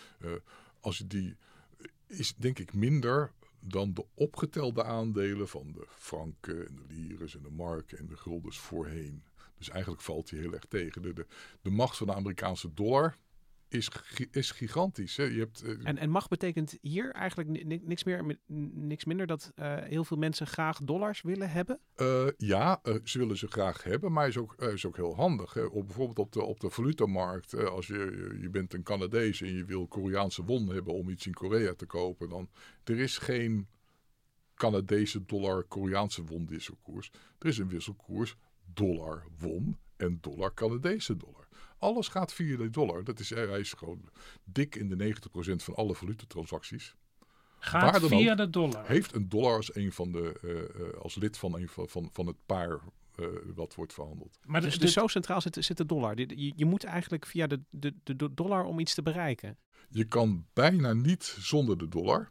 als je die is denk ik minder dan de opgetelde aandelen van de franken en de lires en de marken en de guldens voorheen. Dus eigenlijk valt die heel erg tegen. De, de, de macht van de Amerikaanse dollar Is, is gigantisch. Hè? Je hebt, uh... en, en macht betekent hier eigenlijk n- niks meer, niks minder dat uh, heel veel mensen graag dollars willen hebben? Uh, ja, uh, ze willen ze graag hebben, maar is ook, uh, is ook heel handig. Hè? Op, bijvoorbeeld op de, op de valutamarkt, uh, als je, je bent een Canadees en je wil Koreaanse won hebben om iets in Korea te kopen, dan er is geen Canadese dollar Koreaanse won wisselkoers. Er is een wisselkoers dollar won en dollar Canadese dollar. Alles gaat via de dollar. Dat is, hij is gewoon dik in de negentig procent van alle valutatransacties. Gaat via ook, de dollar. Heeft een dollar als een van de uh, als lid van een van, van, van het paar uh, wat wordt verhandeld. Maar dus, dus zo centraal zit, zit de dollar. Je, je moet eigenlijk via de, de, de dollar om iets te bereiken. Je kan bijna niet zonder de dollar.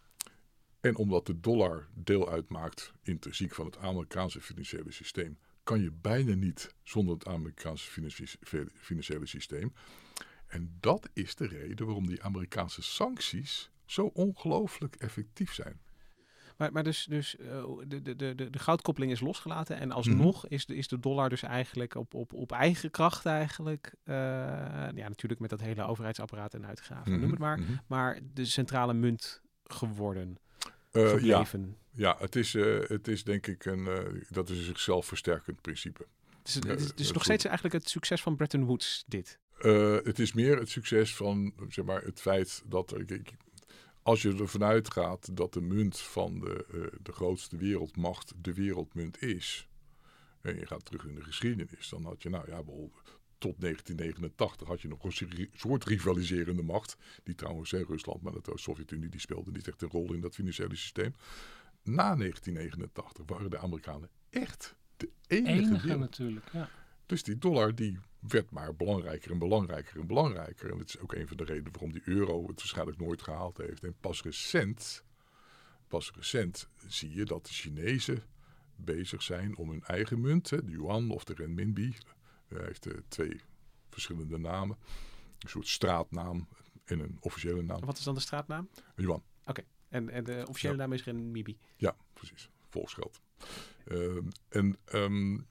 En omdat de dollar deel uitmaakt intrinsiek van het Amerikaanse financiële systeem, kan je bijna niet zonder het Amerikaanse financiële systeem. En dat is de reden waarom die Amerikaanse sancties zo ongelooflijk effectief zijn. Maar, maar dus, dus uh, de, de, de, de goudkoppeling is losgelaten en alsnog mm-hmm. is, de, is de dollar dus eigenlijk op, op, op eigen kracht eigenlijk, uh, ja natuurlijk met dat hele overheidsapparaat en uitgaven, mm-hmm. noem het maar, mm-hmm. maar de centrale munt geworden. Uh, ja. ja, het is, uh, het is denk ik een, uh, dat is een zichzelf versterkend principe. Dus het, het is, het is uh, nog steeds eigenlijk het succes van Bretton Woods, dit? Uh, het is meer het succes van zeg maar, het feit dat, uh, als je ervan uitgaat dat de munt van de, uh, de grootste wereldmacht de wereldmunt is, en je gaat terug in de geschiedenis, dan had je, nou ja, bijvoorbeeld tot negentien negenentachtig had je nog een soort rivaliserende macht. Die trouwens, hè, Rusland, maar de Sovjet-Unie, die speelde niet echt een rol in dat financiële systeem. Na negentien negenentachtig waren de Amerikanen echt de enige, enige natuurlijk, ja. Dus die dollar die werd maar belangrijker en belangrijker en belangrijker. En dat is ook een van de redenen waarom die euro het waarschijnlijk nooit gehaald heeft. En pas recent, pas recent zie je dat de Chinezen bezig zijn om hun eigen munt, hè, de yuan of de renminbi. Hij heeft uh, twee verschillende namen. Een soort straatnaam en een officiële naam. En wat is dan de straatnaam? Yuan. Oké, okay. en, en de officiële ja. naam is renminbi? Ja, precies. Volksgeld. Uh, en um,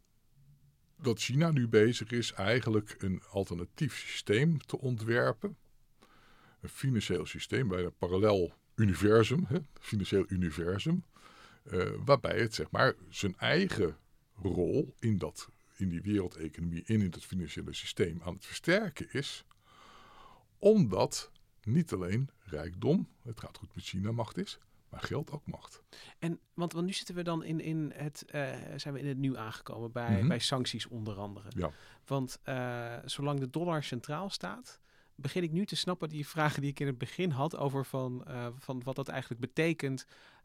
dat China nu bezig is eigenlijk een alternatief systeem te ontwerpen. Een financieel systeem bij een parallel universum, hè, financieel universum. Uh, waarbij het zeg maar zijn eigen rol in dat in die wereldeconomie en in het financiële systeem aan het versterken is. Omdat niet alleen rijkdom, het gaat goed met China, macht is, maar geld ook macht. En want, want nu zitten we dan in, in het, uh, zijn we in het nu aangekomen bij, Mm-hmm. bij sancties onder andere. Ja. Want uh, zolang de dollar centraal staat, begin ik nu te snappen die vragen die ik in het begin had over van, uh, van wat dat eigenlijk betekent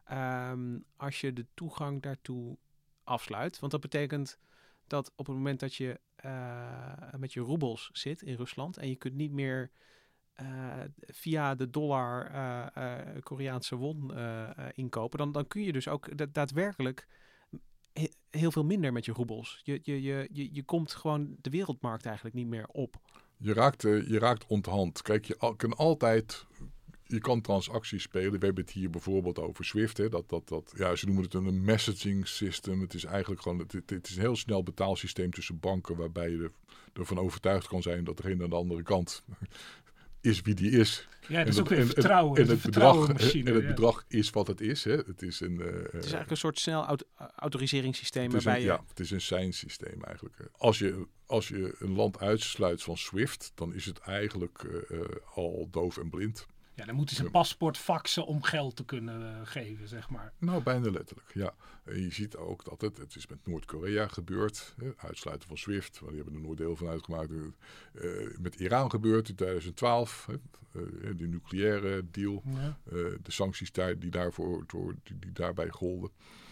um, als je de toegang daartoe afsluit. Want dat betekent dat op het moment dat je uh, met je roebels zit in Rusland en je kunt niet meer uh, via de dollar uh, uh, Koreaanse won uh, uh, inkopen, dan, dan kun je dus ook da- daadwerkelijk he- heel veel minder met je roebels. Je, je, je, je, je komt gewoon de wereldmarkt eigenlijk niet meer op. Je raakt, uh, je raakt onthand. Kijk, je al, kan altijd... Je kan transacties spelen. We hebben het hier bijvoorbeeld over Swift. Hè? Dat, dat, dat, ja, ze noemen het een messaging system. Het is eigenlijk gewoon het, het, het is een heel snel betaalsysteem tussen banken, waarbij je er, ervan overtuigd kan zijn dat degene aan de andere kant is wie die is. Ja, dat en is ook weer en, vertrouwen. En, en het, bedrag, machine, en het ja. bedrag is wat het is. Hè? Het is een... Uh, het is eigenlijk een soort snel auto- autoriseringssysteem. Het is waarbij een, je... Ja, het is een seinsysteem eigenlijk. Als je, als je een land uitsluit van Swift, dan is het eigenlijk uh, uh, al doof en blind. Ja, dan moeten ze een paspoort faxen om geld te kunnen uh, geven, zeg maar. Nou, bijna letterlijk, ja. En je ziet ook dat het, het is met Noord-Korea gebeurd, hè, uitsluiten van Swift, waar die hebben er nooit deel van uitgemaakt. Uh, met Iran gebeurd in twintig twaalf, hè, uh, de nucleaire deal, Ja. uh, de sancties daar, die, daarvoor, door, die, die daarbij golden.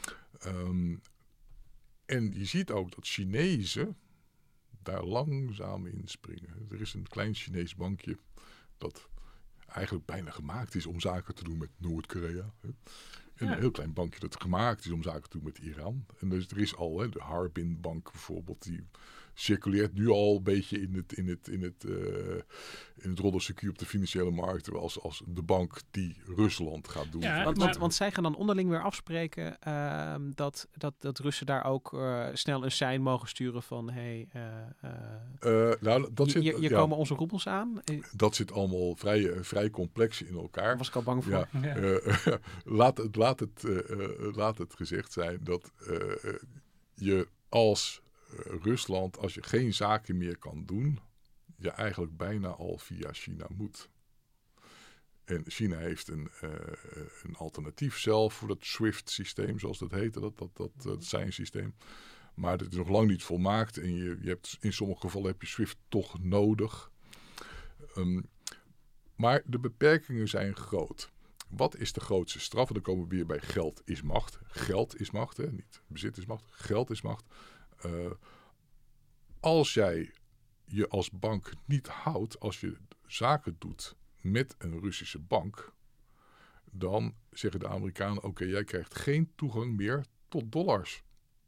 Um, en je ziet ook dat Chinezen daar langzaam in springen. Er is een klein Chinees bankje dat eigenlijk bijna gemaakt is om zaken te doen met Noord-Korea. Hè. En Ja. een heel klein bankje dat gemaakt is om zaken te doen met Iran. En dus er is al, hè, de Harbin Bank bijvoorbeeld, die circuleert nu al een beetje in het, in het, in het, uh, in het roddelcircuit op de financiële markten als, als de bank die Rusland gaat doen. Ja, Want, maar- want, want zij gaan dan onderling weer afspreken uh, dat, dat, dat Russen daar ook uh, snel een sein mogen sturen van hey, uh, uh, Uh, nou, dat zit, hier, hier ja, komen onze roebels aan. Uh, dat zit allemaal vrij, uh, vrij complex in elkaar. Daar was ik al bang voor. Ja, Ja. uh, laat, het, laat, het, uh, uh, laat het gezegd zijn dat uh, je als uh, Rusland, als je geen zaken meer kan doen, je eigenlijk bijna al via China moet. En China heeft een, uh, een alternatief zelf voor dat SWIFT-systeem, zoals dat heette, dat, dat, dat, dat sein-systeem. Maar dat is nog lang niet volmaakt en je, je hebt, in sommige gevallen heb je SWIFT toch nodig. Um, maar de beperkingen zijn groot. Wat is de grootste straf? En dan komen we weer bij geld is macht. Geld is macht, hè? Niet bezit is macht. Geld is macht. Uh, als jij je als bank niet houdt, als je zaken doet met een Russische bank, dan zeggen de Amerikanen, oké, okay, jij krijgt geen toegang meer tot dollars.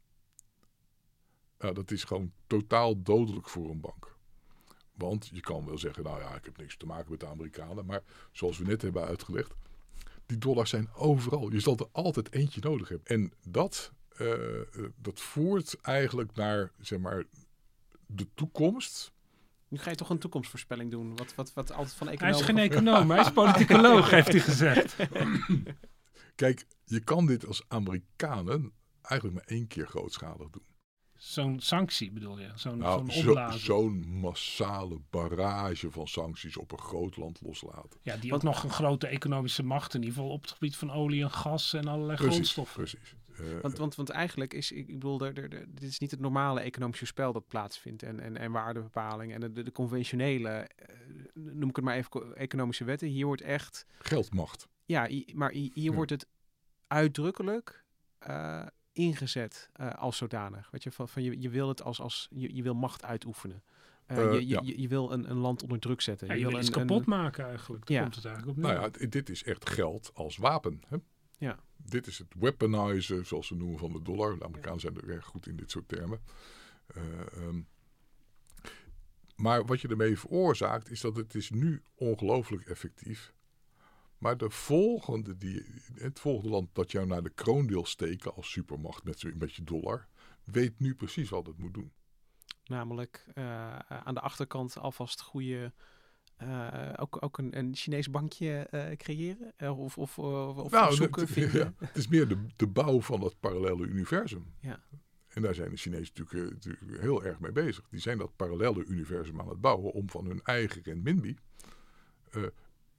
Nou, dat is gewoon totaal dodelijk voor een bank. Want je kan wel zeggen, nou ja, ik heb niks te maken met de Amerikanen. Maar zoals we net hebben uitgelegd, die dollars zijn overal. Je zal er altijd eentje nodig hebben. En dat, uh, dat voert eigenlijk naar, zeg maar, de toekomst. Nu ga je toch een toekomstvoorspelling doen. Wat, wat, wat altijd van Hij economen... is geen econoom, hij is politicoloog, heeft hij gezegd. Kijk, je kan dit als Amerikanen eigenlijk maar één keer grootschalig doen. Zo'n sanctie bedoel je? Zo'n, Nou, zo'n zo, opblazen. zo'n massale barrage van sancties op een groot land loslaten. Ja, die ook nog een grote economische macht, in ieder geval op het gebied van olie en gas en allerlei Precies, grondstoffen. precies. Uh, Want, want, want eigenlijk is, ik bedoel, er, er, er, dit is niet het normale economische spel dat plaatsvindt. En, en, en waardebepaling en de, de conventionele, uh, noem ik het maar even, economische wetten. Hier wordt echt... Geldmacht. Ja, i- maar hier, hier Ja. wordt het uitdrukkelijk uh, ingezet uh, als zodanig. Weet je, van, van je, je wil het als, als je, je wil macht uitoefenen. Uh, Uh, je, je, ja. je, je wil een, een land onder druk zetten. Ja, je wil wil iets een, kapot een, maken eigenlijk. Daar Ja. komt het eigenlijk op neer. Nou ja, d- dit is echt geld als wapen. Hè? Ja. Dit is het weaponizen, zoals ze noemen, van de dollar. De Amerikanen zijn er erg goed in dit soort termen. Uh, um, maar wat je ermee veroorzaakt, is dat het is nu ongelooflijk effectief. Maar de volgende die, het volgende land dat jou naar de kroon wil steken als supermacht met, met je dollar, weet nu precies wat het moet doen. Namelijk uh, aan de achterkant alvast goede... Uh, ook, ook een, een Chinees bankje uh, creëren? Uh, of of, uh, of nou, zoeken, het, vinden? Ja, het is meer de, de bouw van het parallele universum. Ja. En daar zijn de Chinezen natuurlijk, uh, natuurlijk heel erg mee bezig. Die zijn dat parallele universum aan het bouwen om van hun eigen renminbi uh,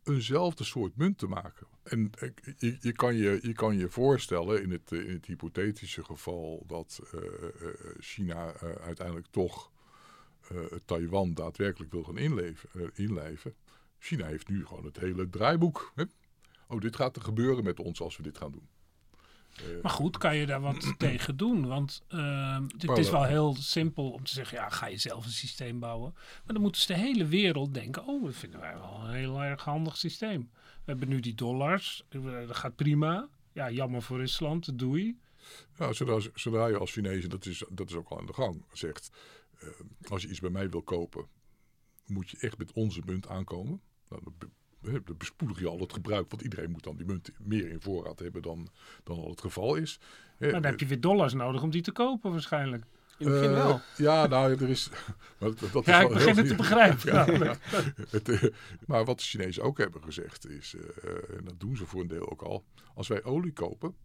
eenzelfde soort munt te maken. En je, je, kan, je, je kan je voorstellen in het, in het hypothetische geval dat uh, China uh, uiteindelijk toch uh, Taiwan daadwerkelijk wil gaan inleven, uh, inlijven. China heeft nu gewoon het hele draaiboek. Hè? Oh, dit gaat er gebeuren met ons als we dit gaan doen. Uh, maar goed, kan je daar wat tegen doen? Want uh, het is wel heel simpel om te zeggen, ja, ga je zelf een systeem bouwen. Maar dan moet dus de hele wereld denken, oh, dat vinden wij wel een heel erg handig systeem. We hebben nu die dollars, dat gaat prima. Ja, jammer voor Rusland, doei. Ja, zodra, zodra je als Chinees, dat is, dat is ook al aan de gang, zegt, uh, als je iets bij mij wil kopen, moet je echt met onze munt aankomen. Nou, dan bespoedig je al het gebruik, want iedereen moet dan die munt meer in voorraad hebben dan, dan al het geval is. Maar dan heb je weer dollars nodig om die te kopen waarschijnlijk. In het begin uh, wel. Ja, nou, er is... Maar, dat, dat ja, is ik begin het te begrijpen. Ja, ja. Het, uh, maar wat de Chinezen ook hebben gezegd is, uh, en dat doen ze voor een deel ook al, als wij olie kopen,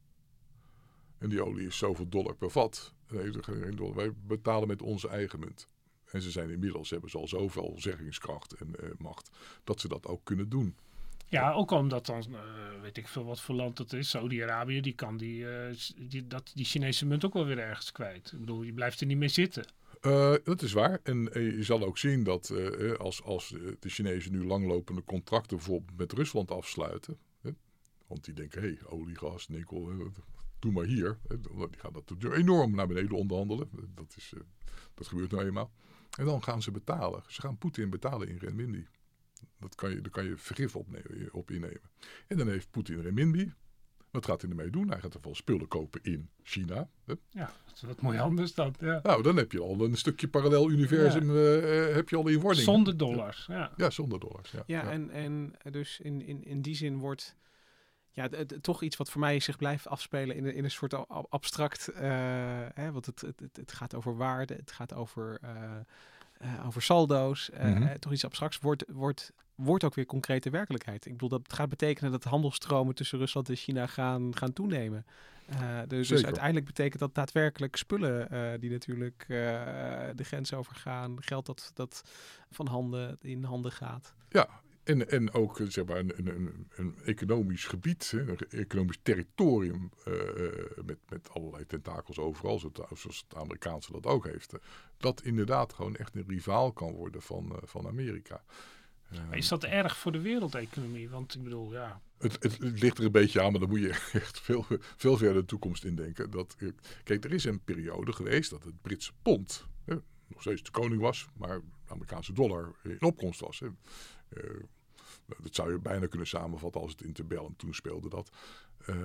en die olie is zoveel dollar per vat, dan heeft er geen dollar. Wij betalen met onze eigen munt. En ze zijn inmiddels, hebben ze al zoveel zeggingskracht en uh, macht, dat ze dat ook kunnen doen. Ja, ook omdat dan, uh, weet ik veel wat voor land dat is, Saudi-Arabië, die kan die, uh, die, dat, die Chinese munt ook wel weer ergens kwijt. Ik bedoel, je blijft er niet meer zitten. Uh, dat is waar. En uh, je zal ook zien dat uh, als, als de Chinezen nu langlopende contracten bijvoorbeeld met Rusland afsluiten, hè, want die denken, hé, hey, olie, gas, nikkel, uh, doe maar hier. Hè, die gaan dat enorm naar beneden onderhandelen. Dat, is, uh, dat gebeurt nou eenmaal. En dan gaan ze betalen. Ze gaan Poetin betalen in renminbi. Dat kan je, daar kan je vergif op, nemen, op innemen. En dan heeft Poetin renminbi. Wat gaat hij ermee doen? Hij gaat er wel spullen kopen in China. Hè? Ja, dat is wat mooi anders dan. Ja. Nou, dan heb je al een stukje parallel universum ja. uh, heb je al in wording. Zonder dollars. Ja, ja zonder dollars. Ja, ja, ja. En, en dus in, in, in die zin wordt... Ja, het, het, toch iets wat voor mij zich blijft afspelen in, in een soort abstract... Uh, hè, want het, het, het gaat over waarde, het gaat over... Uh, Uh, over saldo's, uh, mm-hmm. uh, toch iets abstracts, wordt, wordt, wordt ook weer concrete werkelijkheid. Ik bedoel, dat gaat betekenen dat handelsstromen tussen Rusland en China gaan, gaan toenemen. Uh, dus, dus uiteindelijk betekent dat daadwerkelijk spullen uh, die natuurlijk uh, de grens overgaan, geld dat, dat van handen in handen gaat. Ja, en, en ook zeg maar, een, een, een economisch gebied, hè, een economisch territorium uh, met, met allerlei tentakels overal, zoals het Amerikaanse dat ook heeft. Dat inderdaad gewoon echt een rivaal kan worden van, uh, van Amerika. Maar is dat erg voor de wereldeconomie? Want ik bedoel, ja... Het, het, het ligt er een beetje aan, maar dan moet je echt veel, veel verder de toekomst indenken. Dat, kijk, er is een periode geweest dat het Britse pond hè, nog steeds de koning was, maar de Amerikaanse dollar in opkomst was. Hè. Uh, dat zou je bijna kunnen samenvatten als het interbellum toen speelde dat. Uh,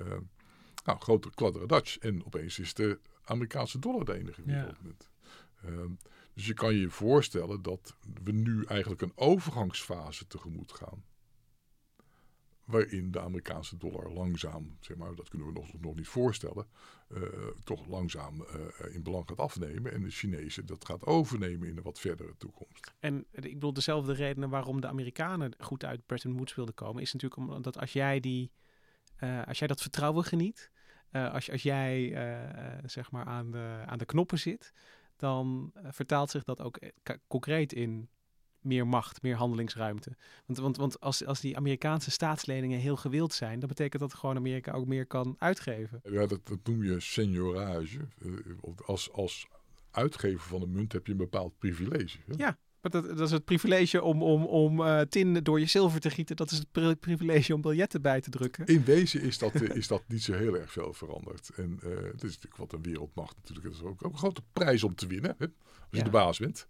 nou, grote kladderadatsch. En opeens is de Amerikaanse dollar de enige wereldmunt. Ja. Uh, dus je kan je voorstellen dat we nu eigenlijk een overgangsfase tegemoet gaan. Waarin de Amerikaanse dollar langzaam, zeg maar, dat kunnen we nog, nog niet voorstellen, uh, toch langzaam uh, in belang gaat afnemen. En de Chinezen dat gaat overnemen in een wat verdere toekomst. En ik bedoel, dezelfde redenen waarom de Amerikanen goed uit Bretton Woods wilden komen, is natuurlijk omdat als jij, die, uh, als jij dat vertrouwen geniet, uh, als, als jij uh, zeg maar aan de, aan de knoppen zit, dan uh, vertaalt zich dat ook k- concreet in meer macht, meer handelingsruimte. Want, want, want als, als die Amerikaanse staatsleningen heel gewild zijn, dan betekent dat gewoon Amerika ook meer kan uitgeven. Ja, dat, dat noem je seigneurage. Als, als uitgever van een munt heb je een bepaald privilege. Hè? Ja, maar dat, dat is het privilege om, om, om uh, tin door je zilver te gieten. Dat is het pri- privilege om biljetten bij te drukken. In wezen is dat, is dat niet zo heel erg veel veranderd. En uh, het is natuurlijk wat een wereldmacht natuurlijk. Het is ook, ook een grote prijs om te winnen, hè? Als je ja. de baas bent.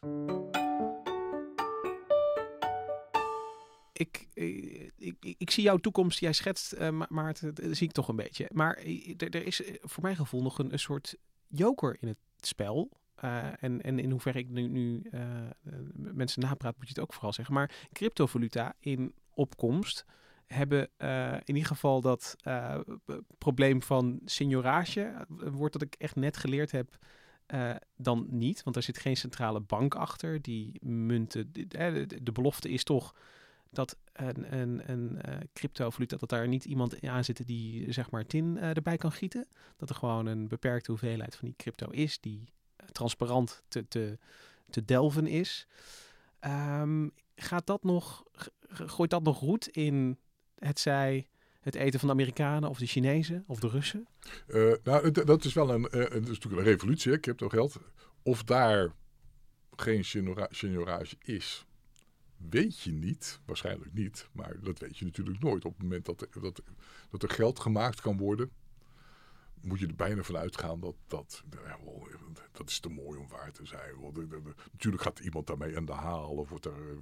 Ik, ik, ik, ik zie jouw toekomst, jij schetst, uh, Maarten, dat zie ik toch een beetje. Maar er, er is voor mijn gevoel nog een, een soort joker in het spel. Uh, en, en in hoeverre ik nu, nu uh, mensen napraat, moet je het ook vooral zeggen. Maar cryptovaluta in opkomst hebben uh, in ieder geval dat uh, probleem van seigneurage, een woord dat ik echt net geleerd heb, Uh, dan niet. Want er zit geen centrale bank achter. Die munten, de, de, de belofte is toch dat een, een, een uh, cryptovaluta, dat daar niet iemand aan zit die zeg maar tin uh, erbij kan gieten. Dat er gewoon een beperkte hoeveelheid van die crypto is die uh, transparant te, te, te delven is. Um, gaat dat nog, gooit dat nog roet in het zij het eten van de Amerikanen of de Chinezen of de Russen? Uh, nou, het, dat is wel een, uh, het is natuurlijk een revolutie, hè? Cryptogeld. Of daar geen genera- generage is, weet je niet. Waarschijnlijk niet, maar dat weet je natuurlijk nooit. Op het moment dat, dat, dat er geld gemaakt kan worden, moet je er bijna van uitgaan dat dat, ja, wel, dat is te mooi om waar te zijn. Wel, de, de, de, natuurlijk gaat iemand daarmee aan de haal. Of wordt er,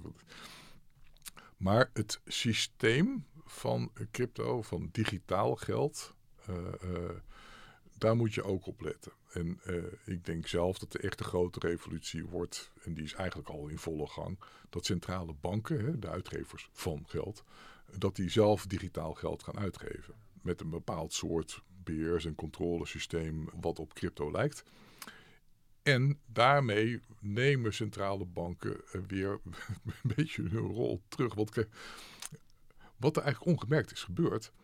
maar het systeem van crypto, van digitaal geld, uh, uh, daar moet je ook op letten. En uh, ik denk zelf dat de echte grote revolutie wordt, en die is eigenlijk al in volle gang, dat centrale banken, hè, de uitgevers van geld, dat die zelf digitaal geld gaan uitgeven. Met een bepaald soort beheers- en controlesysteem wat op crypto lijkt. En daarmee nemen centrale banken weer een beetje hun rol terug. Want kijk, wat er eigenlijk ongemerkt is gebeurd,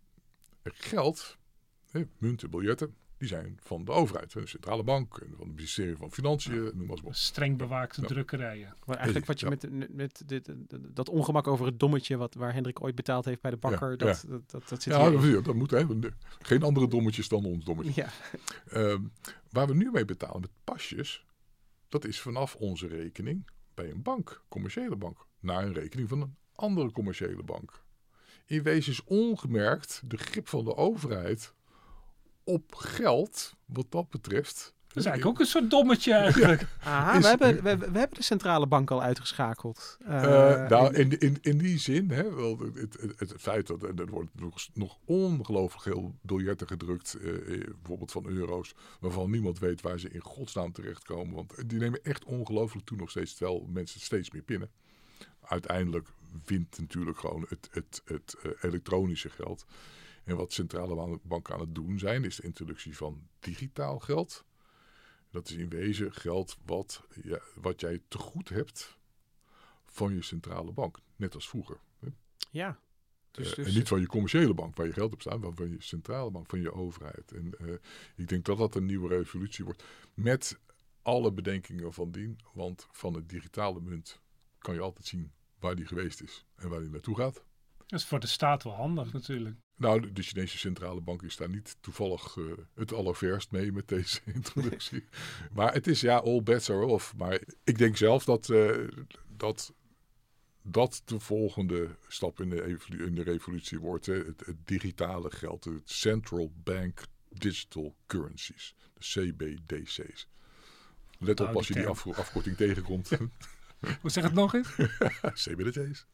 geld, hè, munten, biljetten, die zijn van de overheid, van de centrale bank, en van het ministerie van Financiën, noem maar op. Streng bewaakte ja. drukkerijen. Maar eigenlijk wat je ja. met, met dit, dat ongemak over het dommetje wat waar Hendrik ooit betaald heeft bij de bakker, ja, dat, ja. dat, dat, dat zit ja, hier. Ja, dat moet hè. Geen andere dommetjes dan ons dommetje. Ja. Um, waar we nu mee betalen met pasjes, dat is vanaf onze rekening bij een bank, commerciële bank, naar een rekening van een andere commerciële bank. In wezen is ongemerkt de grip van de overheid op geld, wat dat betreft. Dat is eigenlijk ook een soort dommetje eigenlijk. Ja. Aha, is, we, hebben, we, we hebben de centrale bank al uitgeschakeld. Uh, uh, nou, in, in, in die zin, hè, wel, het, het, het feit dat er wordt nog, nog ongelooflijk veel biljetten gedrukt, uh, bijvoorbeeld van euro's, waarvan niemand weet waar ze in godsnaam terechtkomen. Want die nemen echt ongelooflijk toe nog steeds, terwijl mensen steeds meer pinnen. Uiteindelijk wint natuurlijk gewoon het, het, het uh, elektronische geld. En wat centrale banken aan het doen zijn, is de introductie van digitaal geld. Dat is in wezen geld wat, ja, wat jij te goed hebt van je centrale bank. Net als vroeger. Hè? Ja. Dus, uh, dus... En niet van je commerciële bank waar je geld op staat, maar van je centrale bank, van je overheid. En uh, ik denk dat dat een nieuwe revolutie wordt. Met alle bedenkingen van dien. Want van het digitale munt kan je altijd zien waar die geweest is en waar die naartoe gaat. Dat is voor de staat wel handig natuurlijk. Nou, de Chinese centrale bank is daar niet toevallig uh, het allerverst mee met deze introductie. Maar het is ja, all bets are off. Maar ik denk zelf dat uh, dat, dat de volgende stap in de, evolu- in de revolutie wordt. Hè. Het, het digitale geld, het Central Bank Digital Currencies, de C B D C's. Let op als je die af, afkorting tegenkomt. Hoe zeg het nog eens? C B D C's.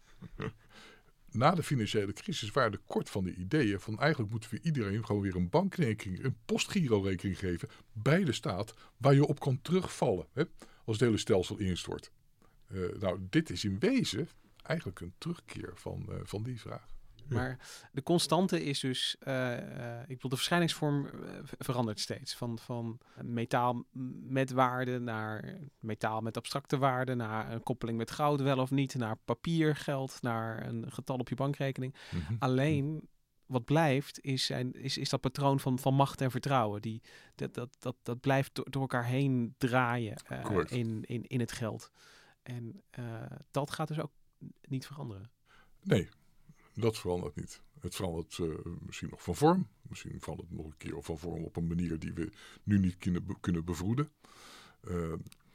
Na de financiële crisis waren de kort van de ideeën van eigenlijk moeten we iedereen gewoon weer een bankrekening, een postgirorekening geven bij de staat waar je op kan terugvallen, hè, als het hele stelsel instort. Uh, nou, dit is in wezen eigenlijk een terugkeer van, uh, van die vraag. Maar de constante is dus, uh, uh, ik bedoel, de verschijningsvorm uh, verandert steeds. Van, van metaal met waarde naar metaal met abstracte waarde, naar een koppeling met goud wel of niet, naar papiergeld, naar een getal op je bankrekening. Mm-hmm. Alleen, wat blijft, is, zijn, is, is dat patroon van, van macht en vertrouwen. Die, dat, dat, dat, dat blijft do- door elkaar heen draaien uh, in, in, in het geld. En uh, dat gaat dus ook niet veranderen. Nee. Dat verandert niet. Het verandert uh, misschien nog van vorm. Misschien verandert het nog een keer van vorm op een manier die we nu niet kunnen, be- kunnen bevroeden. Uh,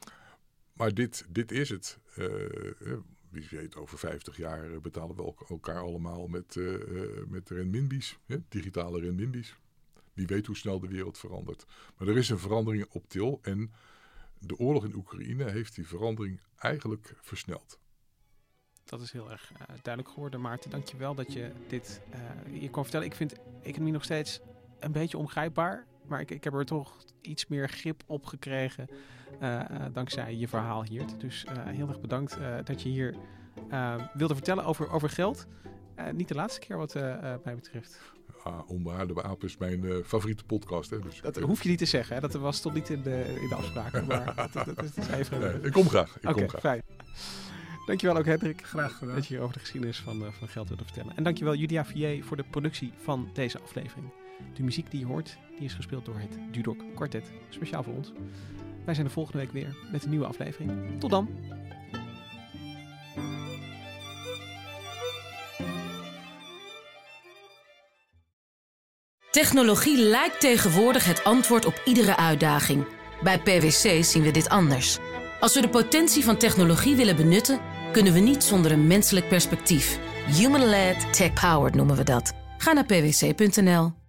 maar dit, dit is het. Uh, wie weet, over vijftig jaar betalen we elkaar allemaal met, uh, uh, met renminbi's. Hè? Digitale renminbi's. Wie weet hoe snel de wereld verandert. Maar er is een verandering op til. En de oorlog in Oekraïne heeft die verandering eigenlijk versneld. Dat is heel erg uh, duidelijk geworden. Maarten, dank je wel dat je dit uh, hier kon vertellen. Ik vind economie nog steeds een beetje ongrijpbaar. Maar ik, ik heb er toch iets meer grip op gekregen uh, uh, dankzij je verhaal hier. Dus uh, heel erg bedankt uh, dat je hier uh, wilde vertellen over, over geld. Uh, niet de laatste keer wat uh, uh, mij betreft. Ah, Onbehaarde Apen is mijn uh, favoriete podcast. Hè? Dus dat hoef je niet te zeggen. Hè? Dat was toch niet in de, in de afspraken. Maar dat, dat, dat is even... nee, ik kom graag. Oké, okay, fijn. Dankjewel ook, Hendrik. Graag gedaan. Dat je hier over de geschiedenis van, uh, van geld wilde vertellen. En dankjewel, Julia Vier, voor de productie van deze aflevering. De muziek die je hoort, die is gespeeld door het Dudok Quartet. Speciaal voor ons. Wij zijn de volgende week weer met een nieuwe aflevering. Tot dan! Technologie lijkt tegenwoordig het antwoord op iedere uitdaging. Bij P W C zien we dit anders. Als we de potentie van technologie willen benutten, kunnen we niet zonder een menselijk perspectief. Human-led, tech-powered noemen we dat. Ga naar p w c punt n l.